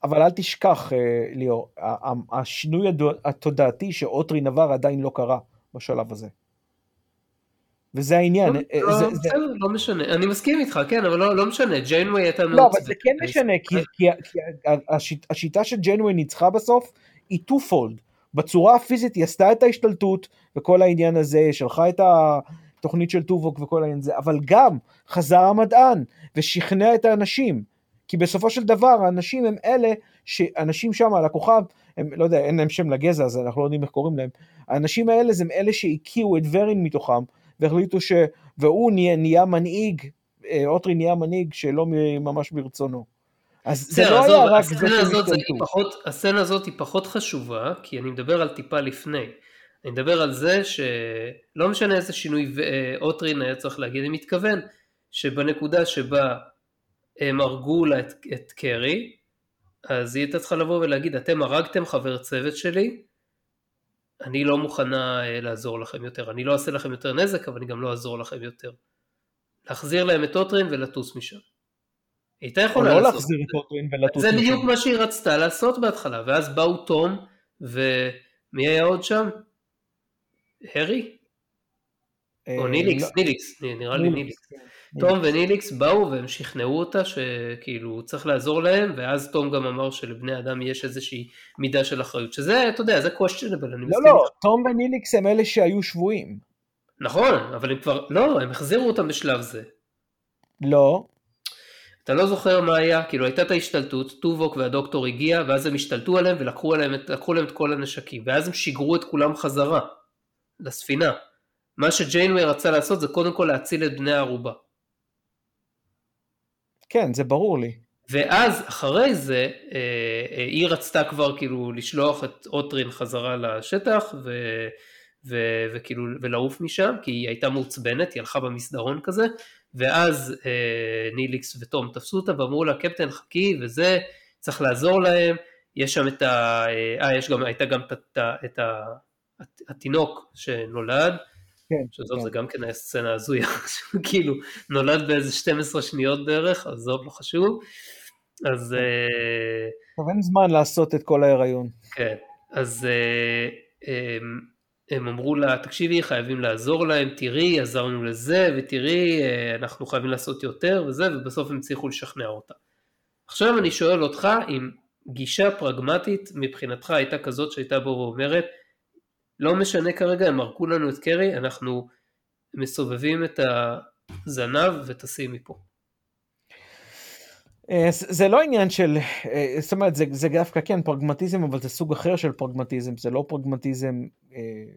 אבל אל תשכח, ליאור, השינוי התודעתי שאוטרין עבר עדיין לא קרה בשלב הזה. וזה העניין. בסדר, לא משנה. אני מסכים איתך, כן, אבל לא משנה. ג'יינווי הייתה מעוצבת. לא, אבל זה כן משנה, כי השיטה שג'יינווי ניצחה בסוף היא טו-פולד. בצורה הפיזית היא עשתה את ההשתלטות וכל העניין הזה, שלחה את התוכנית של טובוק וכל העניין הזה, אבל גם חזר המדען ושכנע את האנשים. כי בסופו של דבר, האנשים הם אלה, שאנשים שם על הכוכב, הם, לא יודע, אין להם שם לגזע, אז אנחנו לא יודעים איך קוראים להם, האנשים האלה הם אלה שהקיעו את ורין מתוכם, והחליטו ש... והוא נהיה, נהיה מנהיג, אוטרי נהיה מנהיג שלא ממש ברצונו. אז זה לא היה רק זה שהשתלטו. הסצנה הזאת היא פחות חשובה, כי אני מדבר על טיפה לפני. אני מדבר על זה שלא משנה איזה שינוי אוטרין היה צריך להגיד, אני מתכוון שבנקודה שבה הם הרגו לה את, את קרי, אז היא הייתה צריכה לבוא ולהגיד, אתם הרגתם חבר צוות שלי, אני לא מוכנה לעזור לכם יותר, אני לא אעשה לכם יותר נזק, אבל אני גם לא אעזור לכם יותר. להחזיר להם את אוטרין ולטוס משם. היא הייתה יכולה לא לעשות. להחזיר את אוטרין ולטוס זה משם. זה בדיוק מה שהיא רצתה לעשות בהתחלה, ואז באו תום, ומי היה עוד שם? הרי? או ניליקס, ניליקס, נראה לי ניליקס. תום וניליקס באו והם שכנעו אותה שכאילו צריך לעזור להם, ואז תום גם אמר שלבני אדם יש איזושהי מידה של אחריות, שזה, אתה יודע, זה questionable, אני מסכים. לא, לא, תום וניליקס הם אלה שהיו שבויים. נכון, אבל הם כבר, לא, הם החזירו אותם בשלב זה. לא. אתה לא זוכר מה היה, כאילו הייתה את ההשתלטות, טובוק והדוקטור הגיע, ואז הם השתלטו עליהם ולקחו להם, להם את כל הנשקים, ואז הם שיגרו את כולם חזרה לספינה. מה שג'יינווי רצה לעשות זה קודם כל להציל את בני הערובה. כן, זה ברור לי. ואז אחרי זה, היא רצתה כבר כאילו לשלוח את אוטרין חזרה לשטח, ו... ו... וכאילו, ולעוף משם, כי היא הייתה מעוצבנת, היא הלכה במסדרון כזה, ואז ניליקס ותום תפסו אותה, ואמרו לה, קפטן חכי, וזה, צריך לעזור להם, יש שם את ה... אה, יש גם, הייתה גם את, את התינוק שנולד, כן, שזאת כן. זה גם כן היה סצנה הזויה, כאילו נולד באיזה שתים עשרה שניות בערך, אז זאת לא חשוב, אז... טוב, אין זמן לעשות את כל ההיריון. כן, אז הם, הם אמרו לה, תקשיבי, חייבים לעזור להם, תראי, עזרנו לזה, ותראי, אנחנו חייבים לעשות יותר וזה, ובסוף הם צריכו לשכנע אותה. עכשיו אני שואל אותך, אם גישה פרגמטית מבחינתך הייתה כזאת שהייתה בו ואומרת, לא משנה כרגע, הם מרקו לנו את קרי, אנחנו מסובבים את הזנב וטסים מפה. זה לא עניין של, זאת אומרת, זה, זה דווקא כן פרגמטיזם, אבל זה סוג אחר של פרגמטיזם, זה לא פרגמטיזם אה,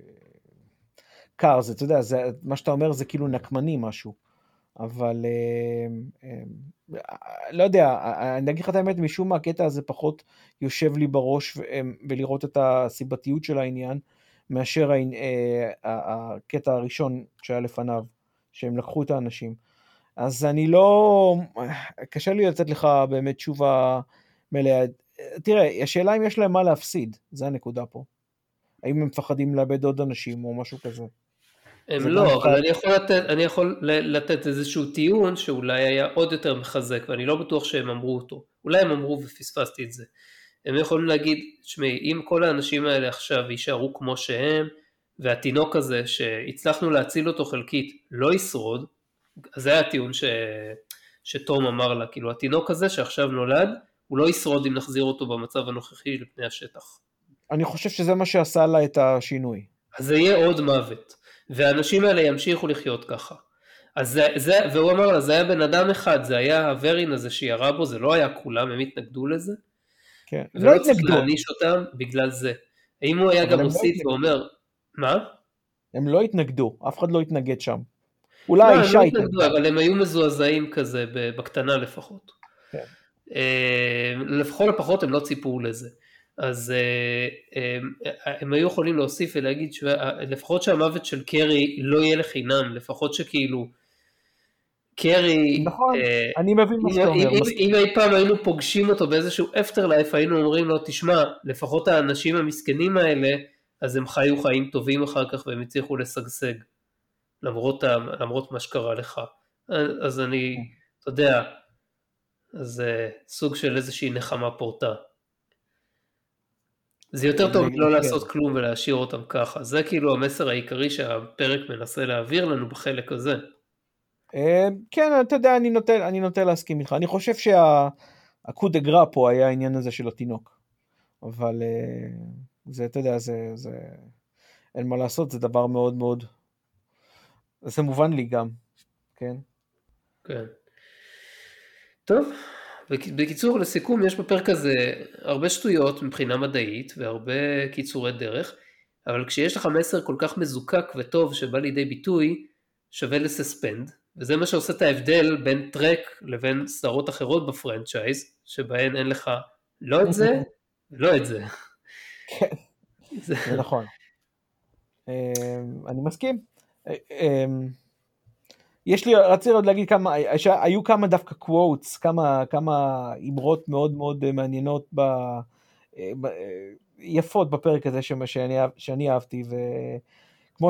קר, זה, אתה יודע, זה, מה שאתה אומר זה כאילו נקמני משהו, אבל אה, אה, לא יודע, אני אגיד לך את האמת, משום מה הקטע הזה פחות יושב לי בראש, ו, ולראות את הסיבתיות של העניין, מאשר הקטע הראשון שהיה לפניו, שהם לקחו את האנשים. אז אני לא, קשה לי לתת לך באמת תשובה מלאה. תראה, השאלה אם יש להם מה להפסיד, זה הנקודה פה. האם הם מפחדים לאבד עוד אנשים או משהו כזה? הם לא, אבל אני יכול לתת, אני יכול לתת איזשהו טיעון שאולי היה עוד יותר מחזק, ואני לא בטוח שהם אמרו אותו. אולי הם אמרו ופספסתי את זה. הם יכולים להגיד, שמי, אם כל האנשים האלה עכשיו יישארו כמו שהם, והתינוק הזה שהצלחנו להציל אותו חלקית לא ישרוד, אז זה היה הטיעון ש... שתום אמר לה, כאילו התינוק הזה שעכשיו נולד, הוא לא ישרוד אם נחזיר אותו במצב הנוכחי לפני השטח. אני חושב שזה מה שעשה לה את השינוי. אז זה יהיה עוד מוות, והאנשים האלה ימשיכו לחיות ככה. אז זה, זה, והוא אמר לה, זה היה בן אדם אחד, זה היה הוורין הזה שירה בו, זה לא היה כולם, הם התנגדו לזה. כן, ולא לא צריך להעניש אותם בגלל זה. האם הוא היה גם מוסיף לא ואומר, מה? הם לא התנגדו, אף אחד לא התנגד שם. אולי לא, האישה הם לא התנגדו, אבל הם היו מזועזעים כזה, בקטנה לפחות. כן. לפחות לפחות הם לא ציפו לזה. אז הם, הם היו יכולים להוסיף ולהגיד, לפחות שהמוות של קרי לא יהיה לחינם, לפחות שכאילו, קרי... נכון, אה, אני מבין מה שאתה אומר. אם, אם אי פעם היינו פוגשים אותו באיזשהו אפטרלייף, היינו אומרים לו, תשמע, לפחות האנשים המסכנים האלה, אז הם חיו חיים טובים אחר כך, והם הצליחו לשגשג. למרות, למרות מה שקרה לך. אז אני, אתה יודע, אז סוג של איזושהי נחמה פורטה. זה יותר טוב לא לעשות כלום ולהשאיר אותם ככה, זה כאילו המסר העיקרי שהפרק מנסה להעביר לנו בחלק הזה. כן, אתה יודע, אני נוטה, אני נוטה להסכים איתך, אני חושב שהקוד דגרה פה היה העניין הזה של התינוק, אבל זה, אתה יודע, זה, זה, אין מה לעשות, זה דבר מאוד מאוד, זה מובן לי גם, כן? כן. טוב, בקיצור, לסיכום, יש בפרק הזה הרבה שטויות מבחינה מדעית, והרבה קיצורי דרך, אבל כשיש לך מסר כל כך מזוקק וטוב שבא לידי ביטוי, שווה לסספנד, וזה מה שעושה את ההבדל בין טרק לבין סדרות אחרות בפרנצ'ייז, שבהן אין לך לא את זה, ולא את זה. כן, זה נכון. אני מסכים. יש לי, רציתי עוד להגיד כמה, היו כמה דווקא קוואטס, כמה, כמה אמרות מאוד מאוד מעניינות, ב, ב, יפות בפרק הזה שאני, שאני אהבתי, וכמו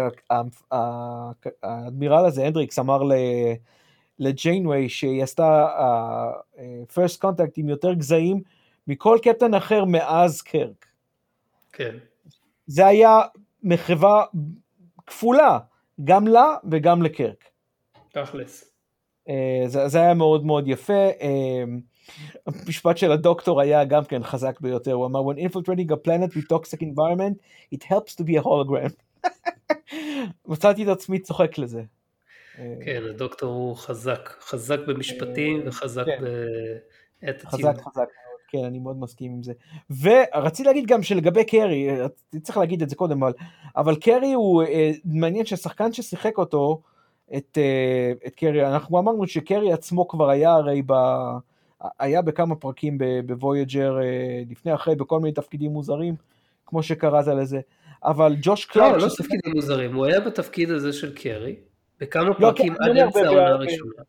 שהאדמירל הזה, הנדריקס, אמר לג'יינווי, שהיא עשתה first contact עם יותר גזעים, מכל קפטן אחר מאז קרק. כן. זה היה מחווה כפולה, גם לה וגם לקרק. תכלס. זה, זה היה מאוד מאוד יפה. המשפט של הדוקטור היה גם כן חזק ביותר. הוא אמר, when infiltrating a planet with toxic environment, it helps to be a hologram. מצאתי את עצמי צוחק לזה. כן, הדוקטור הוא חזק. חזק במשפטים וחזק באטיטיוד. חזק, חזק. כן, אני מאוד מסכים עם זה. ורציתי להגיד גם שלגבי קרי, צריך להגיד את זה קודם, אבל, אבל קרי הוא מעניין ששחקן ששיחק אותו, את, את קרי, אנחנו אמרנו שקרי עצמו כבר היה הרי ב, היה בכמה פרקים בוויג'ר, לפני אחרי, בכל מיני תפקידים מוזרים, כמו שקראת לזה, אבל ג'וש קלארק... לא, לא תפקידים מוזרים, הוא היה בתפקיד הזה של קרי, בכמה פרקים עד אמצע העונה הראשונה.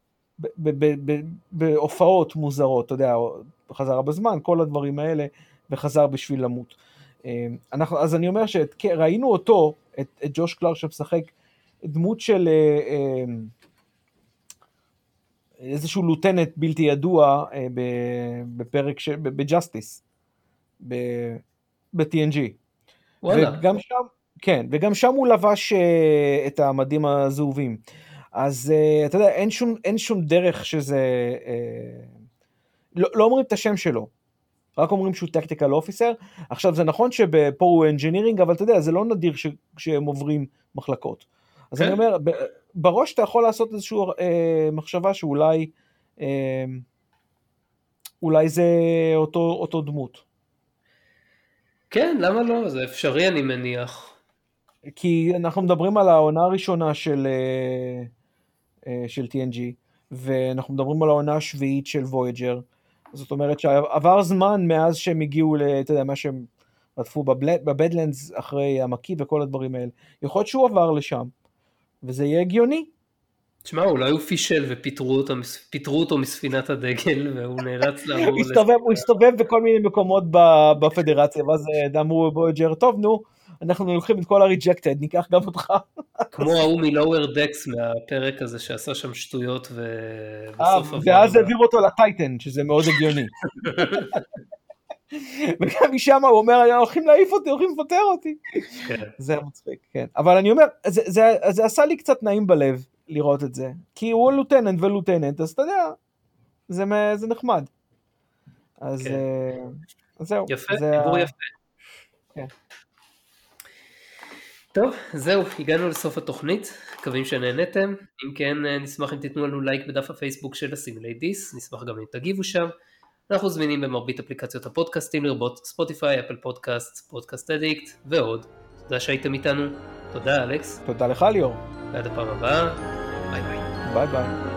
בהופעות מוזרות, אתה יודע, חזר בזמן, כל הדברים האלה, וחזר בשביל למות. אנחנו, אז אני אומר שראינו אותו, את, את ג'וש קלארק שמשחק, דמות של איזשהו לוטנט בלתי ידוע בפרק, בג'סטיס, ב-טי אן ג'י. וגם שם, כן, וגם שם הוא לבש את המדים הזהובים. אז אתה יודע, אין שום, אין שום דרך שזה, לא, לא אומרים את השם שלו, רק אומרים שהוא טקטיקל אופיסר. עכשיו זה נכון שפה הוא אנג'ינירינג, אבל אתה יודע, זה לא נדיר ש, שהם עוברים מחלקות. אז אני אומר, בראש אתה יכול לעשות איזושהי אה, מחשבה שאולי, אה, אולי זה אותו, אותו דמות. כן, למה לא? זה אפשרי אני מניח. כי אנחנו מדברים על העונה הראשונה של, אה, אה, של טי אן ג'י, ואנחנו מדברים על העונה השביעית של וויג'ר, זאת אומרת שעבר זמן מאז שהם הגיעו, אתה יודע, מה שהם רדפו בבדלנדס אחרי המקיא וכל הדברים האלה. יכול להיות שהוא עבר לשם. וזה יהיה הגיוני. תשמע, אולי הוא פישל ופיטרו אותו, פיטרו אותו מספינת הדגל, והוא נאלץ לעבור... הוא הסתובב בכל מיני מקומות בפדרציה, ואז אמרו בוויג'ר, טוב, נו, אנחנו לוקחים את כל הריג'קטד, ניקח גם אותך. כמו ההוא מלואוור דקס מהפרק הזה, שעשה שם שטויות, ובסוף... ואז העביר אותו לטייטן, שזה מאוד הגיוני. וגם משם הוא אומר, הולכים להעיף אותי, הולכים לפטר אותי. זה מצחיק, כן. אבל אני אומר, זה עשה לי קצת נעים בלב לראות את זה, כי הוא לוטננט ולוטננט, אז אתה יודע, זה נחמד. אז זהו. יפה, דיבור יפה. טוב, זהו, הגענו לסוף התוכנית, מקווים שנהנתם. אם כן, נשמח אם תיתנו לנו לייק בדף הפייסבוק של הסימלי דיס, נשמח גם אם תגיבו שם. אנחנו זמינים במרבית אפליקציות הפודקאסטים, לרבות ספוטיפיי, אפל פודקאסט, פודקאסט אדיקט ועוד. תודה שהייתם איתנו. תודה אלכס. תודה לך ליאור. ועד הפעם הבאה. ביי ביי. ביי ביי.